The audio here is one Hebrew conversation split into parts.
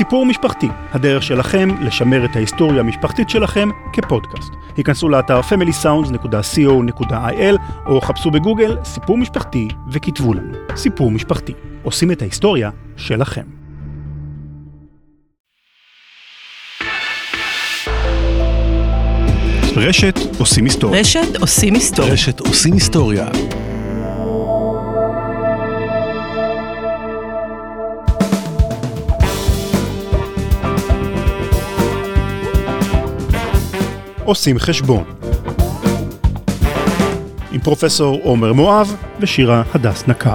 סיפור משפחתי, הדרך שלכם לשמר את ההיסטוריה המשפחתית שלכם כפודקאסט. היכנסו לאתר familysounds.co.il או חפשו בגוגל סיפור משפחתי וכתבו לנו. סיפור משפחתי. עושים את ההיסטוריה שלכם. רשת עושים היסטוריה. רשת עושים היסטוריה. רשת עושים היסטוריה. עושים חשבון. עם פרופסור עומר מואב ושירה הדס נקר.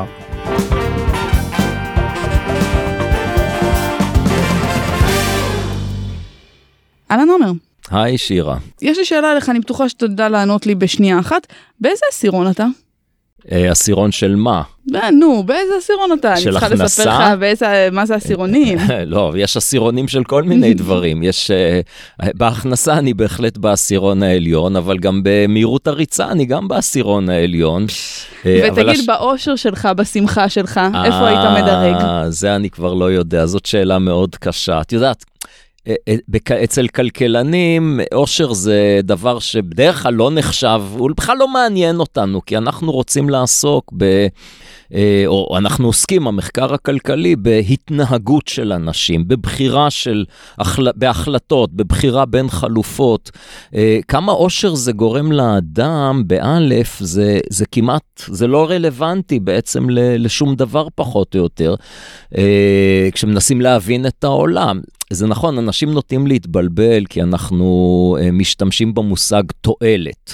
אהלן עומר. היי שירה. יש לי שאלה אליך, אני בטוחה שאתה יודע לענות לי בשנייה אחת. באיזה עשירון אתה? עשירון של מה? נו, באיזה עשירון אתה? של אני צריכה לספר לך מה זה עשירונים. לא, יש עשירונים של כל מיני דברים. בהכנסה אני בהחלט בעשירון העליון, אבל גם במהירות הריצה אני גם בעשירון העליון. ותגיד באושר שלך, בשמחה שלך, איפה היית מדרג? זה אני כבר לא יודע, זאת שאלה מאוד קשה. את יודעת, אצל כלכלנים, אושר זה דבר שבדרך כלל לא נחשב, הוא בכלל לא מעניין אותנו, כי אנחנו רוצים לעסוק או אנחנו עוסקים, המחקר הכלכלי, בהתנהגות של אנשים, בבחירה בהחלטות, בבחירה בין חלופות. כמה אושר זה גורם לאדם, באלף, זה כמעט, זה לא רלוונטי בעצם לשום דבר פחות או יותר, כשמנסים להבין את העולם. זה נכון, אנשים נוטים להתבלבל, כי אנחנו משתמשים במושג תועלת,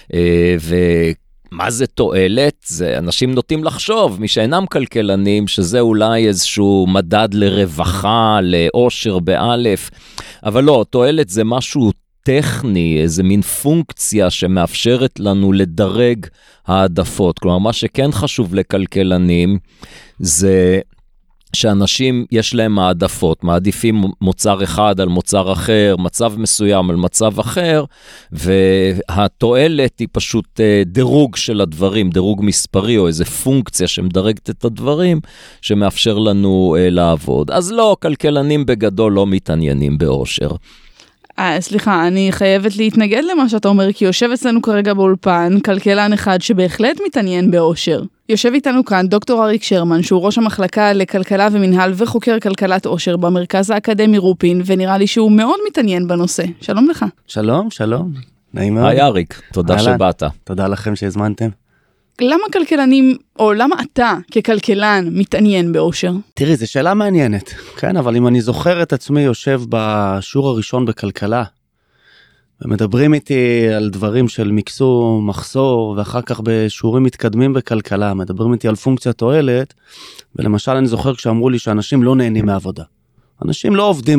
מה זה תועלת? זה אנשים נוטים לחשוב, מי שאינם כלכלנים, שזה אולי איזשהו מדד לרווחה, לאושר באלף, אבל לא, תועלת זה משהו טכני, איזה מין פונקציה שמאפשרת לנו לדרג העדפות. כלומר, מה שכן חשוב לכלכלנים, זה שאנשים יש להם העדפות, מעדיפים מוצר אחד על מוצר אחר, מצב מסוים על מצב אחר, והתועלת היא פשוט דירוג של הדברים, דירוג מספרי או איזה פונקציה שמדרגת את הדברים, שמאפשר לנו לעבוד. אז לא, כלכלנים בגדול לא מתעניינים באושר. סליחה, אני חייבת להתנגד למה שאתה אומר, כי יושב אצלנו כרגע באולפן כלכלן אחד שבהחלט מתעניין באושר. יושב איתנו כאן דוקטור אריק שרמן, שהוא ראש המחלקה לכלכלה ומנהל וחוקר כלכלת אושר במרכז האקדמי רופין, ונראה לי שהוא מאוד מתעניין בנושא. שלום לך. שלום, שלום. נעים מאוד. היי אריק, תודה שבאת. תודה לכם שהזמנתם. למה כלכלנים, או למה אתה ככלכלן מתעניין באושר? תראי, זו שאלה מעניינת, כן? אבל אם אני זוכר את עצמי יושב בשיעור הראשון בכלכלה, ומדברים איתי על דברים של מקסום, מחסור, ואחר כך בשיעורים מתקדמים בכלכלה, מדברים איתי על פונקציה תועלת, ולמשל אני זוכר כשאמרו לי שאנשים לא נהנים מעבודה. אנשים לא עובדים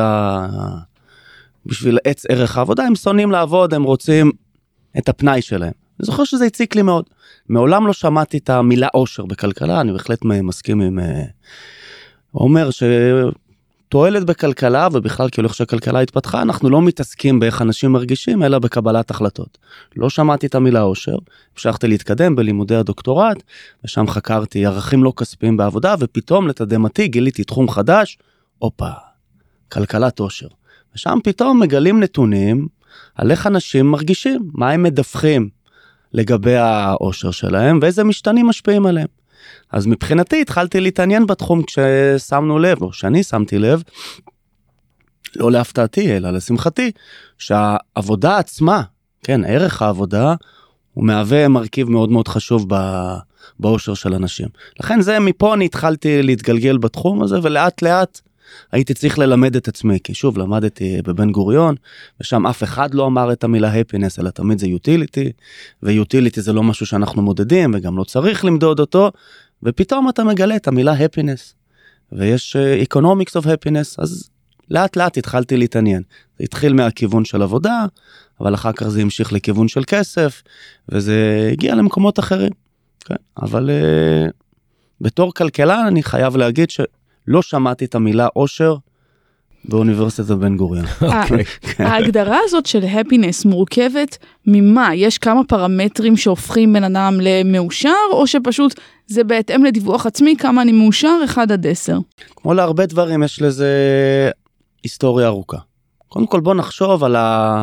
בשביל עץ ערך העבודה, הם שונאים לעבוד, הם רוצים את הפנאי שלהם. אני זוכר שזה הציק לי מאוד. מעולם לא שמעתי את המילה אושר בכלכלה, אני בהחלט מסכים עם אומר שתועלת בכלכלה, ובכלל כאילו שהכלכלה התפתחה, אנחנו לא מתעסקים באיך אנשים מרגישים, אלא בקבלת החלטות. לא שמעתי את המילה אושר, המשכתי להתקדם בלימודי הדוקטורט, ושם חקרתי ערכים לא כספיים בעבודה, ופתאום לתדהמתי גיליתי תחום חדש, כלכלת אושר. ושם פתאום מגלים נתונים על איך אנשים מרגישים, מה הם מדווחים לגבי האושר שלהם, ואיזה משתנים משפיעים עליהם. אז מבחינתי התחלתי להתעניין בתחום כששמנו לב, או שאני שמתי לב, לא להפתעתי, אלא לשמחתי, שהעבודה עצמה, כן, ערך העבודה, הוא מהווה מרכיב מאוד מאוד חשוב באושר של אנשים. לכן זה מפה אני התחלתי להתגלגל בתחום הזה, ולאט לאט הייתי צריך ללמד את עצמי, כי שוב למדתי בבן גוריון, ושם אף אחד לא אמר את המילה happiness, אלא תמיד זה utility, ו-utility זה לא משהו שאנחנו מודדים, וגם לא צריך למדוד אותו, ופתאום אתה מגלה את המילה happiness, ויש economics of happiness, אז לאט לאט התחלתי להתעניין. זה התחיל מהכיוון של עבודה, אבל אחר כך זה המשיך לכיוון של כסף, וזה הגיע למקומות אחרים. כן? אבל בתור כלכלן אני חייב להגיד לא שמעתי את המילה אושר באוניברסיטת בן גוריון. ההגדרה הזאת של happiness מורכבת ממה? יש כמה פרמטרים שהופכים בן אדם למאושר, או שפשוט זה בהתאם לדיווח עצמי כמה אני מאושר 1 עד 10? כמו להרבה דברים יש לזה היסטוריה ארוכה. קודם כל בוא נחשוב על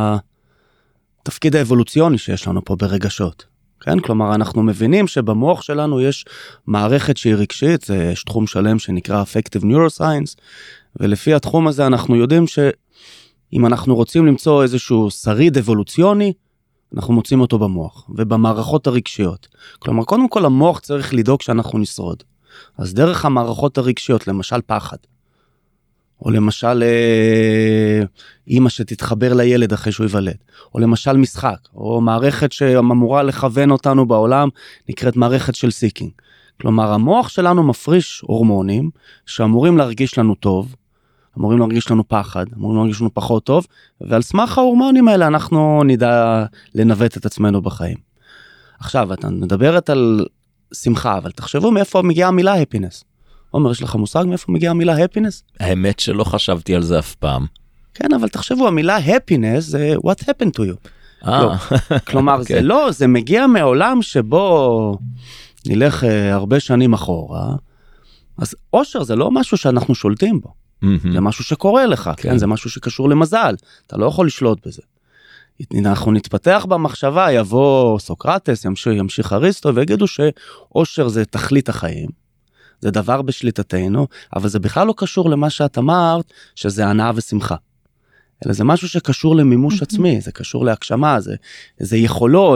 התפקיד האבולוציוני שיש לנו פה ברגשות. כן? כלומר אנחנו מבינים שבמוח שלנו יש מערכת שהיא רגשית, יש תחום שלם שנקרא Affective Neuroscience, ולפי התחום הזה אנחנו יודעים שאם אנחנו רוצים למצוא איזשהו שריד אבולוציוני, אנחנו מוצאים אותו במוח ובמערכות הרגשיות. כלומר, קודם כל המוח צריך לדאוג שאנחנו נשרוד. אז דרך המערכות הרגשיות, למשל פחד, או למשל אמא שתתחבר לילד אחרי שהוא ייוולד, או למשל משחק, או מערכת שאמורה לכוון אותנו בעולם, נקראת מערכת של סיקינג. כלומר, המוח שלנו מפריש הורמונים שאמורים להרגיש לנו טוב, אמורים להרגיש לנו פחד, אמורים להרגיש לנו פחות טוב, ועל סמך ההורמונים האלה אנחנו נדע לנווט את עצמנו בחיים. עכשיו, אתה מדברת על שמחה, אבל תחשבו מאיפה מגיעה המילה happiness. עומר, יש לך מושג מאיפה מגיעה המילה happiness? האמת שלא חשבתי על זה אף פעם. כן, אבל תחשבו, המילה happiness זה what happened to you. כלומר, זה לא, זה מגיע מעולם שבו נלך הרבה שנים אחורה, אז אושר זה לא משהו שאנחנו שולטים בו. זה משהו שקורה לך, כן? זה משהו שקשור למזל, אתה לא יכול לשלוט בזה. אנחנו נתפתח במחשבה, יבוא סוקרטס, ימשיך אריסטו, ויגידו שאושר זה תכלית החיים, זה דבר בשליטתנו, אבל זה בכלל לא קשור למה שאת אמרת, שזה הנאה ושמחה. אלא זה משהו שקשור למימוש עצמי, זה קשור להגשמה, זה יכולות,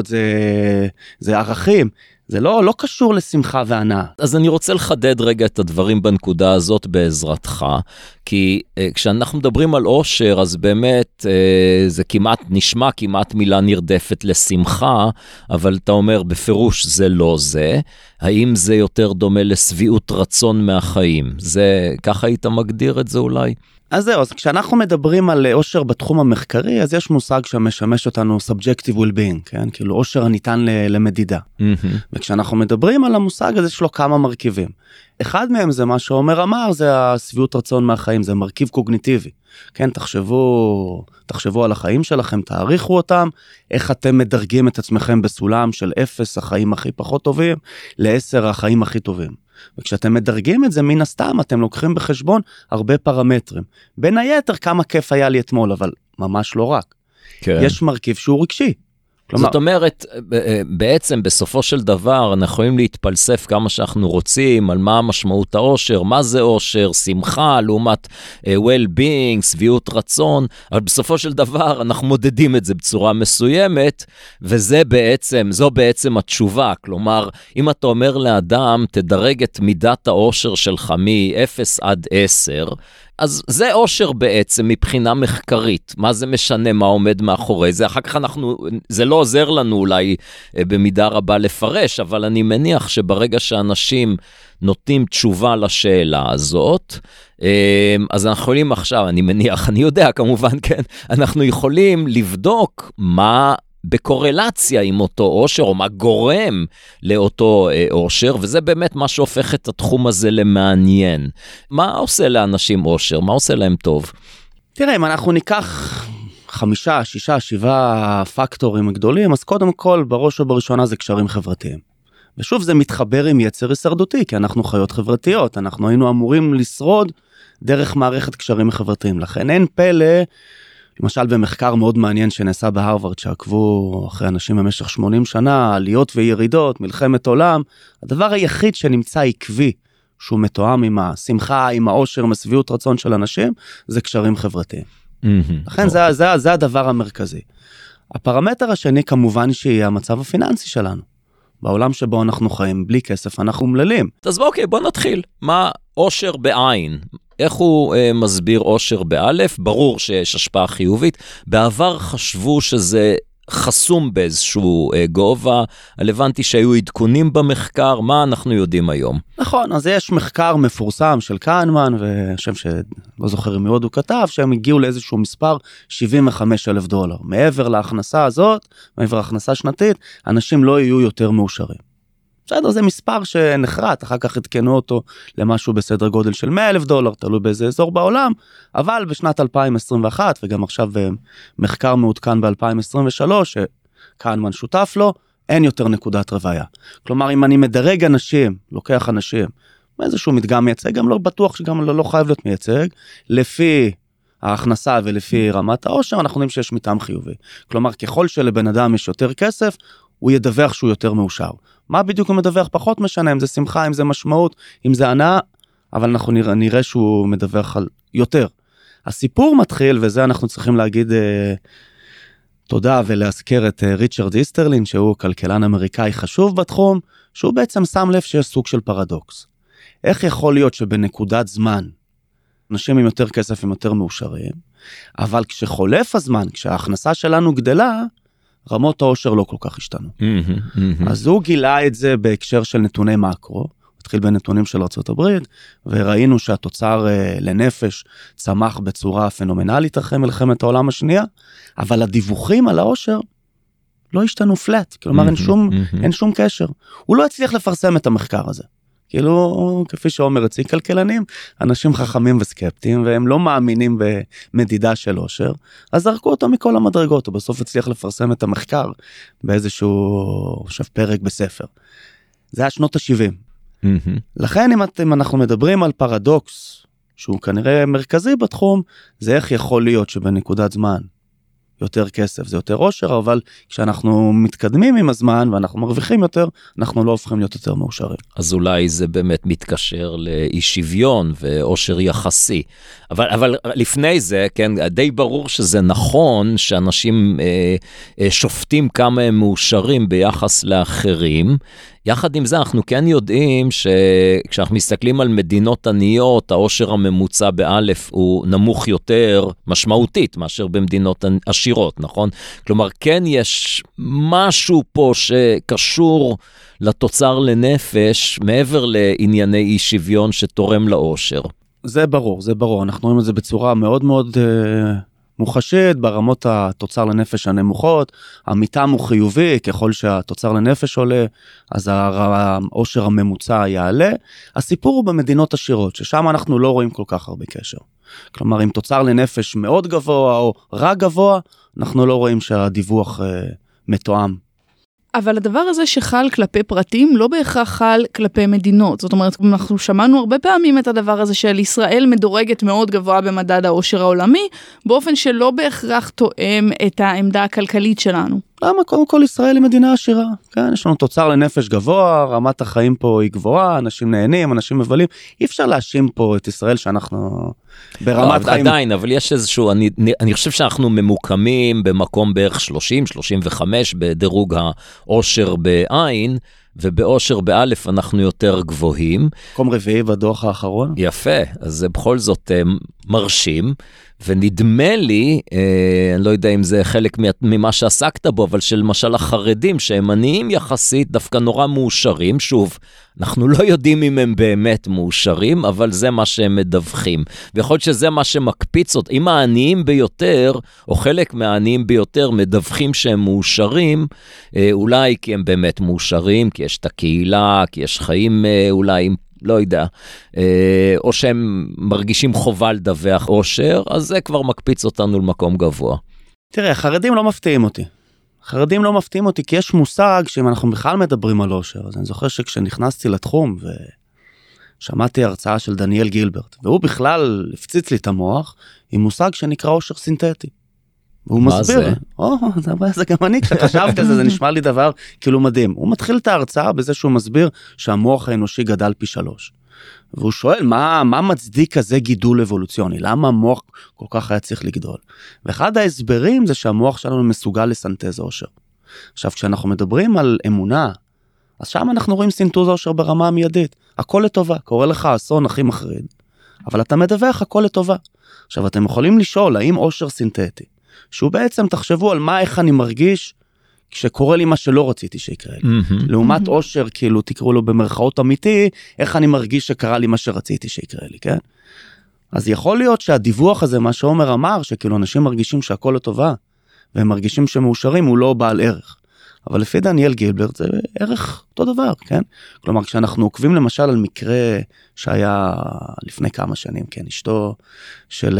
זה ערכים, זה לא קשור לשמחה והנאה. אז אני רוצה לחדד רגע את הדברים בנקודה הזאת בעזרתך, כי כשאנחנו מדברים על אושר, אז באמת זה נשמע כמעט מילה נרדפת לשמחה, אבל אתה אומר בפירוש זה לא זה. האם זה יותר דומה לשביעות רצון מהחיים? זה, ככה היית מגדיר את זה אולי? אז זהו, אז כשאנחנו מדברים על אושר בתחום המחקרי, אז יש מושג שמשמש אותנו subjective well-being, כן? כאילו אושר הניתן למדידה. וכשאנחנו מדברים על המושג הזה, יש לו כמה מרכיבים. אחד מהם זה מה שעומר אמר, זה השביעות רצון מהחיים, זה מרכיב קוגניטיבי. כן, תחשבו על החיים שלכם, תעריכו אותם, איך אתם מדרגים את עצמכם בסולם של 0, החיים הכי פחות טובים, ל10, החיים הכי טובים. וכשאתם מדרגים את זה, מן הסתם, אתם לוקחים בחשבון הרבה פרמטרים. בין היתר, כמה כיף היה לי אתמול, אבל ממש לא רק. כן. יש מרכיב שהוא רגשי. זאת אומרת, בעצם בסופו של דבר, אנחנו יכולים להתפלסף כמה שאנחנו רוצים, על מה המשמעות האושר, מה זה אושר, שמחה, לעומת well-being, שביעות רצון, אבל בסופו של דבר אנחנו מודדים את זה בצורה מסוימת, זו בעצם התשובה. כלומר, אם אתה אומר לאדם, תדרג את מידת האושר שלך מ-0 עד 10, אז זה אושר בעצם מבחינה מחקרית. מה זה משנה מה עומד מאחורי זה? אחר כך זה לא עוזר לנו אולי במידה רבה לפרש, אבל אני מניח שברגע שאנשים נותנים תשובה לשאלה הזאת, אז אנחנו יכולים עכשיו, אני יודע כמובן, כן, אנחנו יכולים לבדוק מה בקורלציה עם אותו אושר, או מה גורם לאותו אושר, וזה באמת מה שהופך את התחום הזה למעניין. מה עושה לאנשים אושר? מה עושה להם טוב? תראה, אם אנחנו ניקח 5, 6, 7 פקטורים גדולים, אז קודם כל, בראש ובראשונה זה קשרים חברתיים. ושוב, זה מתחבר עם יצר הישרדותי, כי אנחנו חיות חברתיות, אנחנו היינו אמורים לשרוד דרך מערכת קשרים חברתיים. לכן אין פלא, למשל במחקר מאוד מעניין שנעשה בהרווארד, שעקבו אחרי אנשים במשך 80 שנה, עליות וירידות, מלחמת עולם, הדבר היחיד שנמצא עקבי, שהוא מתואם עם השמחה, עם האושר, עם השביעות רצון של אנשים, זה קשרים חברתיים. לכן זה הדבר המרכזי. הפרמטר השני כמובן שיהיה המצב הפיננסי שלנו. בעולם שבו אנחנו חיים, בלי כסף, אנחנו אומללים. אז אוקיי, בוא נתחיל. מה אושר בעין? איך הוא מסביר אושר באלף? ברור שיש השפעה חיובית. בעבר חשבו שזה חסום באיזשהו גובה. הבנתי שהיו עדכונים במחקר. מה אנחנו יודעים היום? נכון, אז יש מחקר מפורסם של קהנמן, ושם שלא זוכר מי עוד הוא כתב, שהם הגיעו לאיזשהו מספר $75,000. מעבר להכנסה הזאת, מעבר להכנסה שנתית, אנשים לא יהיו יותר מאושרים. בסדר, זה מספר שנחרט, אחר כך התקנו אותו למשהו בסדר גודל של $100,000, תלוי באיזה אזור בעולם, אבל בשנת 2021, וגם עכשיו מחקר מעודכן ב-2023, שקהנמן שותף לו, אין יותר נקודת רוויה. כלומר, אם אני מדרג אנשים, לוקח אנשים, איזשהו מדגם מייצג, גם לא בטוח שגם לא חייב להיות מייצג, לפי ההכנסה ולפי רמת העושר, אנחנו יודעים שיש מטעם חיובי. כלומר, ככל שלבן אדם יש יותר כסף, הוא ידווח שהוא יותר מאושר. מה בדיוק הוא מדווח? פחות משנה, אם זה שמחה, אם זה משמעות, אם זה הנאה, אבל אנחנו נראה שהוא מדווח על יותר. הסיפור מתחיל, וזה אנחנו צריכים להגיד תודה ולהזכיר את ריצ'רד איסטרלין, שהוא כלכלן אמריקאי חשוב בתחום, שהוא בעצם שם לב שיש סוג של פרדוקס. איך יכול להיות שבנקודת זמן, אנשים עם יותר כסף הם יותר מאושרים, אבל כשחולף הזמן, כשההכנסה שלנו גדלה, רמות העושר לא כל כך השתנו. אז הוא גילה את זה בהקשר של נתוני מקרו, התחיל בנתונים של ארצות הברית, וראינו שהתוצר לנפש צמח בצורה פנומנלית אחרי מלחמת העולם השנייה, אבל הדיווחים על העושר לא השתנו פלט, כלומר אין שום קשר. הוא לא הצליח לפרסם את המחקר הזה. כאילו, כפי שאומר אצלי כלכלנים, אנשים חכמים וסקפטיים, והם לא מאמינים במדידה של עושר, אז זרקו אותו מכל המדרגות, ובסוף הצליח לפרסם את המחקר באיזשהו פרק בספר. זה היה שנות ה-70. לכן אם אנחנו מדברים על פרדוקס, שהוא כנראה מרכזי בתחום, זה איך יכול להיות שבנקודת זמן, יותר כסף, זה יותר עושר, אבל כשאנחנו מתקדמים עם הזמן, ואנחנו מרוויחים יותר, אנחנו לא הופכים להיות יותר מאושרים. אז אולי זה באמת מתקשר לאי שוויון, ועושר יחסי. אבל לפני זה, כן, די ברור שזה נכון, שאנשים שופטים כמה הם מאושרים ביחס לאחרים, יחד עם זה אנחנו כן יודעים שכשאנחנו מסתכלים על מדינות עניות, העושר הממוצע באלף הוא נמוך יותר משמעותית מאשר במדינות עשירות, נכון? כלומר, כן יש משהו פה שקשור לתוצר לנפש, מעבר לענייני אי שוויון שתורם לעושר. זה ברור, זה ברור. אנחנו רואים את זה בצורה מאוד מאוד מוחשית, ברמות התוצר לנפש הנמוכות, המטעם הוא חיובי, ככל שהתוצר לנפש עולה, אז העושר הממוצע יעלה. הסיפור הוא במדינות עשירות, ששם אנחנו לא רואים כל כך הרבה קשר. כלומר, אם תוצר לנפש מאוד גבוה או רק גבוה, אנחנו לא רואים שהדיווח מתואם. אבל הדבר הזה שחל כלפי פרטים לא בהכרח חל כלפי מדינות. זאת אומרת, אנחנו שמענו הרבה פעמים את הדבר הזה של ישראל מדורגת מאוד גבוה במדד העושר העולמי, באופן שלא בהכרח תואם את העמדה הכלכלית שלנו. למה? קודם כל ישראל היא מדינה עשירה. כן, יש לנו תוצר לנפש גבוה, רמת החיים פה היא גבוהה, אנשים נהנים, אנשים מבלים. אי אפשר להאשים פה את ישראל שאנחנו ברמת חיים. עדיין, אבל יש איזשהו, אני חושב שאנחנו ממוקמים במקום בערך 30-35 בדירוג העושר בעין, ובעושר באלף אנחנו יותר גבוהים. מקום רביעי בדוח האחרון. יפה, אז זה בכל זאת מרשים, ונדמה לי, אני לא יודע אם זה חלק ממה שעסקת בו, אבל של למשל החרדים שהם עניים יחסית, דווקא נורא מאושרים, שוב, אנחנו לא יודעים אם הם באמת מאושרים, אבל זה מה שהם מדווחים. ויכול להיות שזה מה שמקפיץ אותם. אם העניים ביותר, או חלק מהעניים ביותר, מדווחים שהם מאושרים, אולי כי הם באמת מאושרים, כי יש את הקהילה, כי יש חיים אולי, לא יודע, או שהם מרגישים חובה לדווח עושר, אז זה כבר מקפיץ אותנו למקום גבוה. תראה, החרדים לא מפתיעים אותי. חרדים לא מפתיעים אותי, כי יש מושג שאם אנחנו בכלל מדברים על עושר, אז אני זוכר שכשנכנסתי לתחום ושמעתי הרצאה של דניאל גילברט, והוא בכלל הפציץ לי את המוח עם מושג שנקרא עושר סינתטי. והוא מסביר, זה גם אני, כשחשבתי על זה, זה נשמע לי דבר כאילו מדהים. הוא מתחיל את ההרצאה בזה שהוא מסביר שהמוח האנושי גדל פי 3. והוא שואל, מה מצדיק כזה גידול אבולוציוני? למה המוח כל כך היה צריך לגדול? ואחד ההסברים זה שהמוח שלנו מסוגל לסנטז עושר. עכשיו, כשאנחנו מדברים על אמונה, אז שם אנחנו רואים סינטוז עושר ברמה המיידית. הכל לטובה, קורא לך אסון הכי מחריד. אבל אתה מדווח הכל לטובה. עכשיו, אתם יכולים לשאול, האם עושר סינתטי? שהוא בעצם תחשבו על איך אני מרגיש כשקורה לי מה שלא רציתי שיקרה לי. לעומת עושר, כאילו תקראו לו במרכאות אמיתי, איך אני מרגיש שקרה לי מה שרציתי שיקרה לי, כן? אז יכול להיות שהדיווח הזה, מה שעומר אמר, שכאילו אנשים מרגישים שהכל לטובה, והם מרגישים שמאושרים, הוא לא בעל ערך. אבל לפי דניאל גילברט זה ערך אותו דבר, כן? כלומר, כשאנחנו עוקבים למשל על מקרה שהיה לפני כמה שנים, כן, אשתו של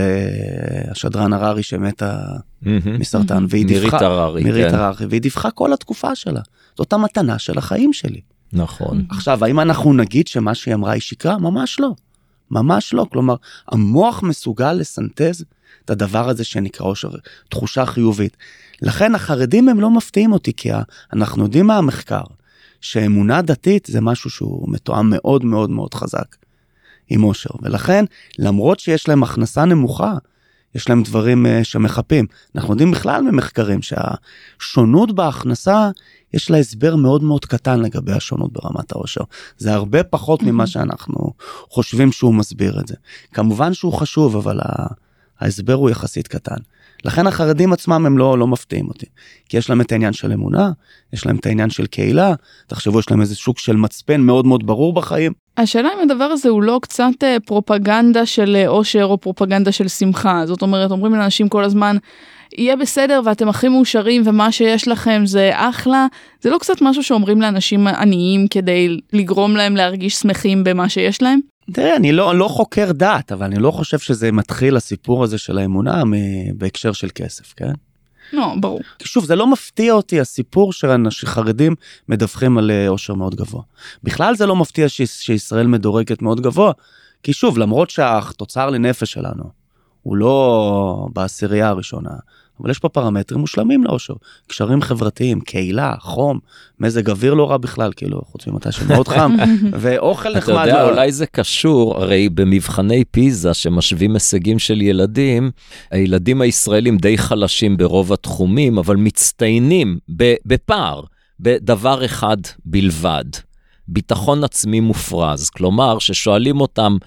השדרן הררי שמתה מסרטן, מירית הררי, והיא דיווחה כל התקופה שלה. זאת המתנה של החיים שלי. נכון. עכשיו, האם אנחנו נגיד שמה שהיא אמרה היא שקרה? ממש לא. ממש לא. כלומר, המוח מסוגל לסנטז את הדבר הזה שנקרא אושר, תחושה חיובית. לכן החרדים הם לא מפתיעים אותי, כי אנחנו יודעים מהמחקר, שאמונה דתית זה משהו שהוא מתואם מאוד מאוד מאוד חזק עם אושר. ולכן, למרות שיש להם הכנסה נמוכה, יש להם דברים שמחפים. אנחנו יודעים בכלל ממחקרים שהשונות בהכנסה, יש לה הסבר מאוד מאוד קטן לגבי השונות ברמת האושר. זה הרבה פחות ממה שאנחנו חושבים שהוא מסביר את זה. כמובן שהוא חשוב, אבל ההסבר הוא יחסית קטן. לכן החרדים עצמם הם לא מפתיעים אותי. כי יש להם את העניין של אמונה, יש להם את העניין של קהילה, תחשבו, יש להם איזה שוק של מצפן מאוד מאוד ברור בחיים. השאלה אם הדבר הזה הוא לא קצת פרופגנדה של אושר או פרופגנדה של שמחה. זאת אומרת, אומרים לאנשים כל הזמן, יהיה בסדר ואתם הכי מאושרים ומה שיש לכם זה אחלה. זה לא קצת משהו שאומרים לאנשים עניים כדי לגרום להם להרגיש שמחים במה שיש להם? תראה, אני לא חוקר דת, אבל אני לא חושב שזה מתחיל הסיפור הזה של האמונה בהקשר של כסף, כן? לא, ברור. כי שוב, זה לא מפתיע אותי הסיפור שחרדים מדווחים על אושר מאוד גבוה. בכלל זה לא מפתיע שישראל מדורגת מאוד גבוה, כי שוב, למרות שהתוצר לנפש שלנו הוא לא בעשירייה הראשונה, אבל יש פה פרמטרים מושלמים לאושר, קשרים חברתיים, קהילה, חום, מזג אוויר לא רע בכלל, כאילו, חוץ ממתי שמאוד חם, ואוכל נחמד. אתה יודע, אולי זה קשור, הרי במבחני פיזה שמשווים הישגים של ילדים, הילדים הישראלים די חלשים ברוב התחומים, אבל מצטיינים בפער, בדבר אחד בלבד, ביטחון עצמי מופרז, כלומר, ששואלים אותם,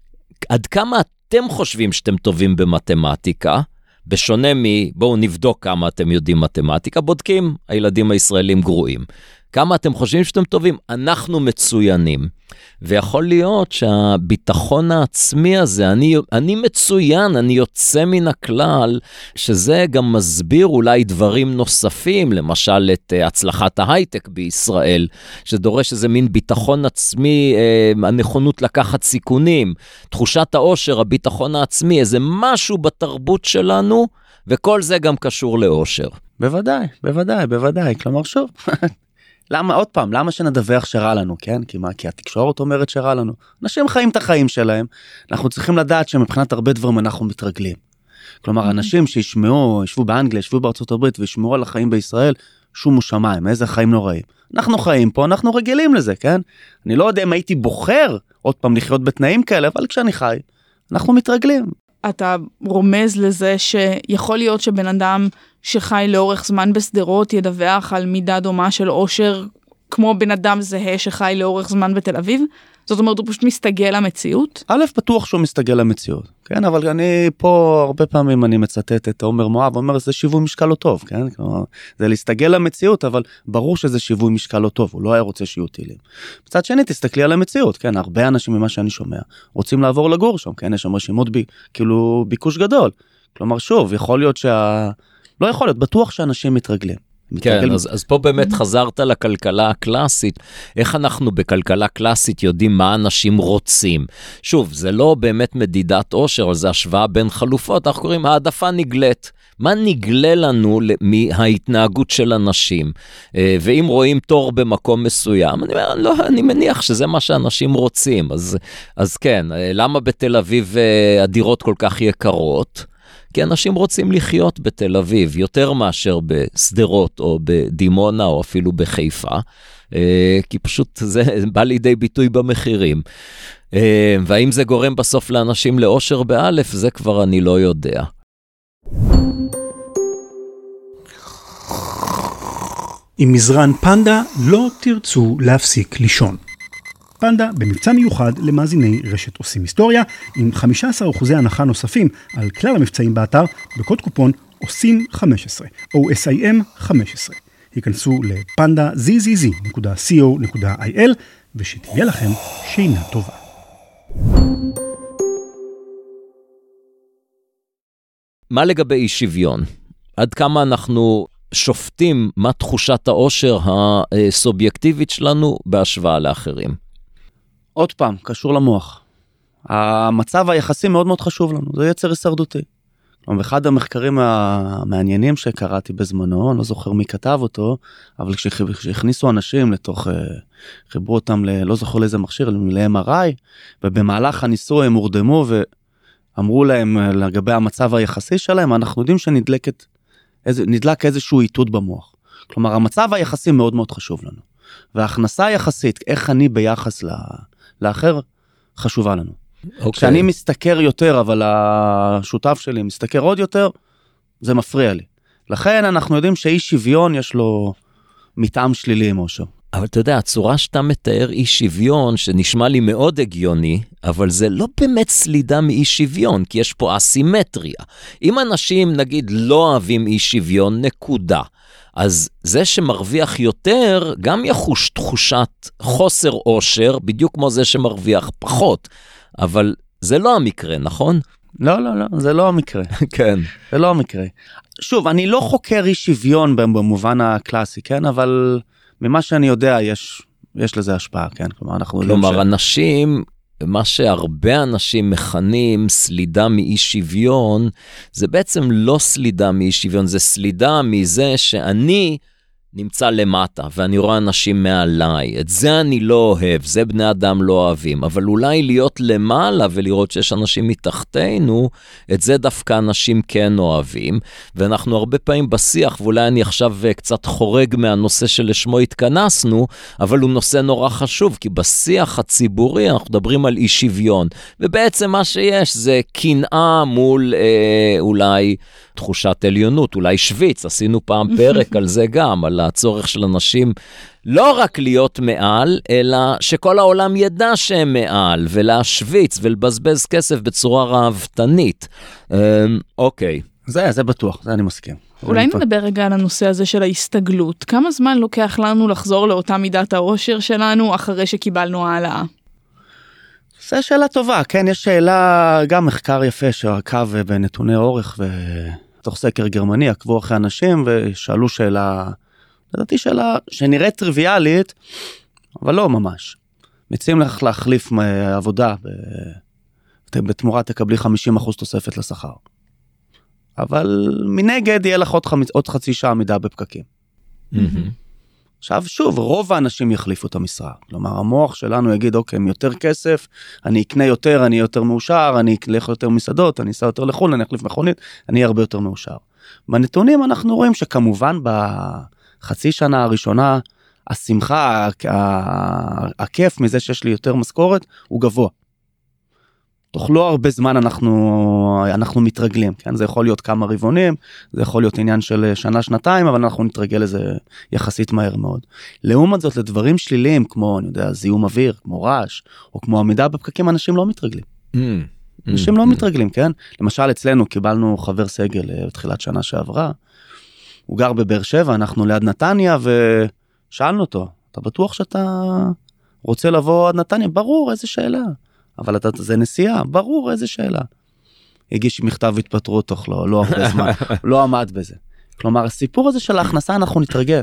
עד כמה אתם חושבים שאתם טובים במתמטיקה, בשונה בואו נבדוק כמה אתם יודעים מתמטיקה, בודקים, הילדים הישראלים גרועים. כמה אתם חושבים שאתם טובים? אנחנו מצוינים. ויכול להיות שהביטחון העצמי הזה, אני מצוין, אני יוצא מן הכלל, שזה גם מסביר אולי דברים נוספים, למשל את הצלחת ההייטק בישראל, שדורש איזה מין ביטחון עצמי, הנכונות לקחת סיכונים, תחושת העושר, הביטחון העצמי, איזה משהו בתרבות שלנו, וכל זה גם קשור לאושר. בוודאי, בוודאי, בוודאי. כלומר, שוב, עוד פעם, למה שנדווח שרע לנו, כן? כי התקשורת אומרת שרע לנו. אנשים חיים את החיים שלהם, אנחנו צריכים לדעת שמבחינת הרבה דברים אנחנו מתרגלים. כלומר, אנשים ישבו באנגליה, ישבו בארצות הברית, וישמעו על החיים בישראל, שומו שמיים, איזה חיים נוראים. אנחנו חיים פה, אנחנו רגילים לזה, כן? אני לא יודע אם הייתי בוחר עוד פעם לחיות בתנאים כאלה, אבל כשאני חי, אנחנו מתרגלים. אתה רומז לזה שיכול להיות שבן אדם שחי לאורך זמן בסדרות ידווח על מידה דומה של אושר כמו בן אדם זהה שחי לאורך זמן בתל אביב? זאת אומרת, הוא פשוט מסתגל למציאות? א', בטוח שהוא מסתגל למציאות, כן? אבל אני פה הרבה פעמים אני מצטט את עומר מואב, אומר, זה שיווי משקל לא טוב, כן? כלומר, זה להסתגל למציאות, אבל ברור שזה שיווי משקל לא טוב, הוא לא היה רוצה שיהיו טילים. מצד שני, תסתכלי על המציאות, כן? הרבה אנשים ממה שאני שומע, רוצים לעבור לגור שם, כן? יש שם רשימות כאילו ביקוש גדול. כלומר, שוב, יכול להיות לא יכול להיות, בטוח שאנשים מתרגלים. כן, אז פה באמת חזרת לכלכלה הקלאסית, איך אנחנו בכלכלה קלאסית יודעים מה אנשים רוצים. שוב, זה לא באמת מדידת עושר, אבל זה השוואה בין חלופות, אנחנו קוראים העדפה נגלית. מה נגלה לנו מההתנהגות של אנשים? ואם רואים תור במקום מסוים, אני מניח שזה מה שאנשים רוצים. אז כן, למה בתל אביב הדירות כל כך יקרות? כי אנשים רוצים לחיות בתל אביב, יותר מאשר בסדרות או בדימונה או אפילו בחיפה, כי פשוט זה בא לידי ביטוי במחירים. והאם זה גורם בסוף לאנשים לאושר באלף, זה כבר אני לא יודע. עם מזרן פנדה לא תרצו להפסיק לישון. פנדה במבצע מיוחד למאזיני רשת עושים היסטוריה, עם 15% הנחה נוספים על כלל המבצעים באתר, בקוד קופון עושים 15, OSIM 15. היכנסו לפנדה.zzz.co.il ושתהיה לכם שינה טובה. מה לגבי אי שוויון? עד כמה אנחנו שופטים מה תחושת העושר הסובייקטיבית שלנו בהשוואה לאחרים? עוד פעם, קשור למוח. המצב היחסי מאוד מאוד חשוב לנו, זה יצר הישרדותי. אחד המחקרים המעניינים שקראתי בזמנו, אני לא זוכר מי כתב אותו, אבל כשהכניסו אנשים לתוך, חיברו אותם לא זוכר לאיזה מכשיר, ל-MRI, ובמהלך הניסוי הם הורדמו ואמרו להם לגבי המצב היחסי שלהם, אנחנו יודעים שנדלק איזשהו איתות במוח. כלומר, המצב היחסי מאוד מאוד חשוב לנו. וההכנסה היחסית, איך אני ביחס לאחר, חשובה לנו. כשאני מסתכר יותר, אבל השותף שלי מסתכר עוד יותר, זה מפריע לי. לכן אנחנו יודעים שאי שוויון יש לו מטעם שלילי עם אושר. אבל אתה יודע, הצורה שאתה מתאר אי שוויון, שנשמע לי מאוד הגיוני, אבל זה לא באמת סלידה מאי שוויון, כי יש פה אסימטריה. אם אנשים, נגיד, לא אוהבים אי שוויון, נקודה. אז זה שמרוויח יותר, גם יחוש תחושת חוסר אושר, בדיוק כמו זה שמרוויח פחות. אבל זה לא המקרה, נכון? לא, זה לא המקרה. כן. זה לא המקרה. שוב, אני לא חוקר אי שוויון במובן הקלאסי, כן? אבל ממה שאני יודע, יש לזה השפעה, כן? כלומר, אנשים, מה שהרבה אנשים מכנים סלידה מאי שוויון, זה בעצם לא סלידה מאי שוויון, זה סלידה מזה שאני נמצא למטה, ואני רואה אנשים מעליי. את זה אני לא אוהב, זה בני אדם לא אוהבים. אבל אולי להיות למעלה ולראות שיש אנשים מתחתנו, את זה דווקא אנשים כן אוהבים. ואנחנו הרבה פעמים בשיח, ואולי אני עכשיו קצת חורג מהנושא שלשמו התכנסנו, אבל הוא נושא נורא חשוב, כי בשיח הציבורי אנחנו מדברים על אי שוויון. ובעצם מה שיש זה קנאה מול אולי תחושת עליונות, אולי שוויץ, עשינו פעם פרק על זה גם, על הצורך של אנשים לא רק להיות מעל, אלא שכל העולם ידע שהם מעל, ולהשוויץ ולבזבז כסף בצורה רעבתנית. אוקיי. זה בטוח, זה אני מסכים. אולי נדבר רגע על הנושא הזה של ההסתגלות. כמה זמן לוקח לנו לחזור לאותה מידת העושר שלנו אחרי שקיבלנו העלאה? זו שאלה טובה, כן, יש שאלה, גם מחקר יפה שעקב בנתוני אורך ותוך סקר גרמני, עקבו אחרי אנשים ושאלו שאלה, לדעתי שאלה שנראית טריוויאלית, אבל לא ממש. מציעים לך להחליף עבודה, בתמורה תקבלי 50% תוספת לשכר. אבל מנגד יהיה לך עוד חצי שעה עמידה בפקקים. עכשיו שוב, רוב האנשים יחליפו את המשרה. כלומר, המוח שלנו יגיד, אוקיי, יותר כסף, אני אקנה יותר, אני יותר מאושר, אני אקלח יותר מסעדות, אני אסע יותר לחול, אני אחליף מכונית, אני אהיה הרבה יותר מאושר. בנתונים אנחנו רואים שכמובן בחצי שנה הראשונה, השמחה, הכיף מזה שיש לי יותר משכורת, הוא גבוה. תוך לא הרבה זמן אנחנו מתרגלים, כן? זה יכול להיות כמה רבעונים, זה יכול להיות עניין של שנה, שנתיים, אבל אנחנו נתרגל לזה יחסית מהר מאוד. לעומת זאת, לדברים שליליים, כמו, אני יודע, זיהום אוויר, כמו רעש, או כמו עמידה בפקקים, אנשים לא מתרגלים. אנשים לא מתרגלים, כן? למשל, אצלנו קיבלנו חבר סגל בתחילת שנה שעברה, הוא גר בבאר שבע, אנחנו ליד נתניה, ושאלנו אותו, אתה בטוח שאתה רוצה לבוא עד נתניה? ברור, איזה שאלה. אבל זה נסיעה, ברור, איזה שאלה. הגיש מכתב התפטרות תוך לא הרבה זמן, לא עמד בזה. כלומר, הסיפור הזה של ההכנסה אנחנו נתרגל,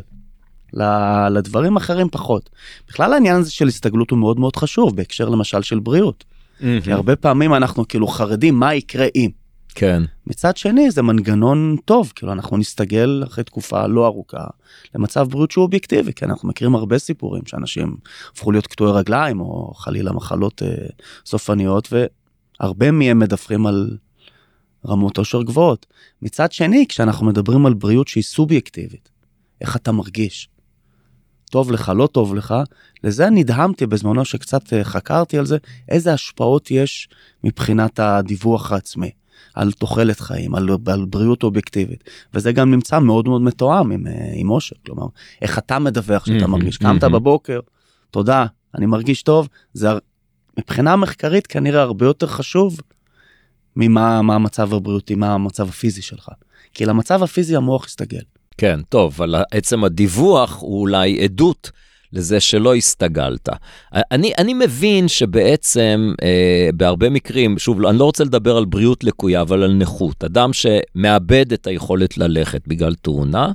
לדברים אחרים פחות. בכלל העניין הזה של הסתגלות הוא מאוד מאוד חשוב, בהקשר למשל של בריאות. כי הרבה פעמים אנחנו כאילו חרדים, מה יקרה אם? כן. מצד שני, זה מנגנון טוב, כאילו אנחנו נסתגל אחרי תקופה לא ארוכה, למצב בריאות שהוא אובייקטיבי, כי אנחנו מכירים הרבה סיפורים, שאנשים הפכו להיות קטועי רגליים, או חלילה מחלות סופניות, והרבה מהם מדווחים על רמות עושר גבוהות. מצד שני, כשאנחנו מדברים על בריאות שהיא סובייקטיבית, איך אתה מרגיש? טוב לך, לא טוב לך, לזה נדהמתי בזמנו שקצת חקרתי על זה, איזה השפעות יש מבחינת הדיווח העצמי. על תוחלת חיים, על בריאות אובייקטיבית, וזה גם נמצא מאוד מאוד מתואם עם אושר, כלומר, איך אתה מדווח שאתה מרגיש, קמת בבוקר, תודה, אני מרגיש טוב, זה מבחינה מחקרית כנראה הרבה יותר חשוב, ממה המצב הבריאותי, מה המצב הפיזי שלך, כי למצב הפיזי המוח יסתגל. כן, טוב, אבל עצם הדיווח הוא אולי עדות לזה שלא הסתגלת. אני מבין שבעצם בהרבה מקרים, שוב, אני לא רוצה לדבר על בריאות לקויה, אבל על נכות. אדם שמאבד את היכולת ללכת בגלל תאונה,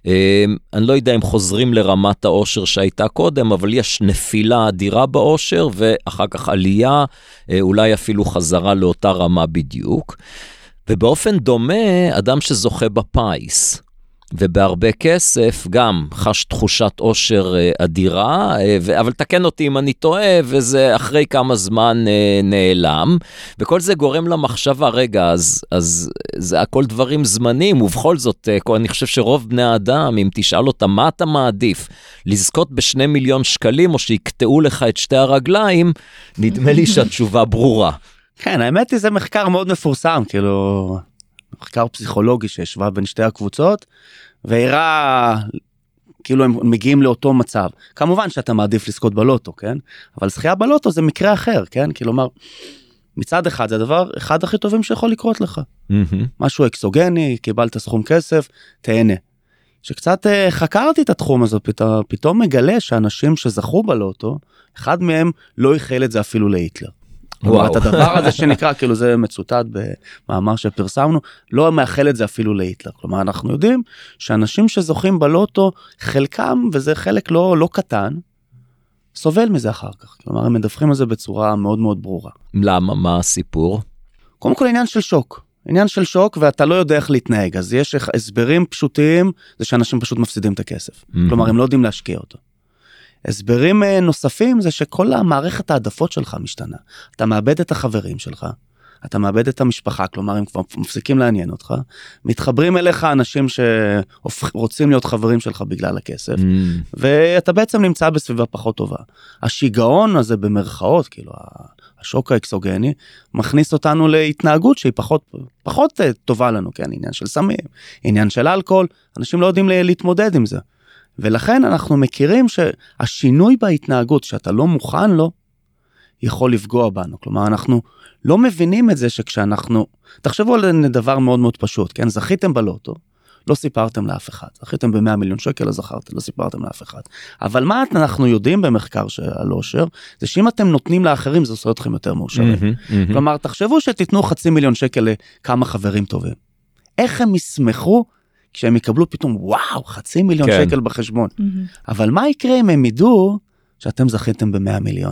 אני לא יודע אם חוזרים לרמת האושר שהייתה קודם, אבל יש נפילה אדירה באושר, ואחר כך עלייה, אולי אפילו חזרה לאותה רמה בדיוק. ובאופן דומה, אדם שזוכה בפיס, ובהרבה כסף גם חש תחושת עושר אדירה, אבל תקן אותי אם אני טועה, וזה אחרי כמה זמן נעלם, וכל זה גורם למחשבה, רגע, אז זה הכל דברים זמנים, ובכל זאת, אני חושב שרוב בני האדם, אם תשאל אותם, מה אתה מעדיף? לזכות ב2 מיליון שקלים, או שיקטעו לך את שתי הרגליים, נדמה לי שהתשובה ברורה. כן, האמת היא זה מחקר מאוד מפורסם, כאילו, מחקר פסיכולוגי שהשווה בין שתי הקבוצות, והראה, כאילו הם מגיעים לאותו מצב. כמובן שאתה מעדיף לזכות בלוטו, כן? אבל זכייה בלוטו זה מקרה אחר, כן? כלומר, מצד אחד זה הדבר אחד הכי טובים שיכול לקרות לך. משהו אקסוגני, קיבלת סכום כסף, תהנה. שקצת חקרתי את התחום הזה, פתאום מגלה שאנשים שזכו בלוטו, אחד מהם לא ייחל את זה אפילו להיטלר. את הדבר הזה שנקרא, כאילו זה מצוטט במאמר שפרסמנו, לא מאחל את זה אפילו להיטלר. כלומר, אנחנו יודעים שאנשים שזוכים בלוטו, חלקם, וזה חלק לא קטן, סובל מזה אחר כך. כלומר, הם מדווחים על זה בצורה מאוד מאוד ברורה. למה? מה הסיפור? קודם כל עניין של שוק. עניין של שוק, ואתה לא יודע איך להתנהג. אז יש הסברים פשוטים, זה שאנשים פשוט מפסידים את הכסף. כלומר, הם לא יודעים להשקיע אותו. הסברים נוספים זה שכל המערכת העדפות שלך משתנה. אתה מאבד את החברים שלך, אתה מאבד את המשפחה, כלומר הם כבר מפסיקים לעניין אותך, מתחברים אליך אנשים שרוצים להיות חברים שלך בגלל הכסף, ואתה בעצם נמצא בסביבה פחות טובה. השיגעון הזה במרכאות, כאילו השוק האקסוגני, מכניס אותנו להתנהגות שהיא פחות טובה לנו, כן? עניין של סמים, עניין של אלכוהול, אנשים לא יודעים להתמודד עם זה. ולכן אנחנו מכירים שהשינוי בהתנהגות שאתה לא מוכן לו, יכול לפגוע בנו. כלומר, אנחנו לא מבינים את זה שכשאנחנו, תחשבו על דבר מאוד מאוד פשוט, כן? זכיתם בלוטו, לא סיפרתם לאף אחד. זכיתם ב100 מיליון שקל, לא סיפרתם לאף אחד. אבל מה אנחנו יודעים במחקר על אושר, זה שאם אתם נותנים לאחרים, זה עושה אתכם יותר מאושרים. כלומר, תחשבו שתיתנו 500,000 שקל לכמה חברים טובים. איך הם ישמחו כשהם יקבלו פתאום, וואו, 500,000 שקל בחשבון. אבל מה יקרה אם הם ידעו שאתם זכיתם ב100 מיליון?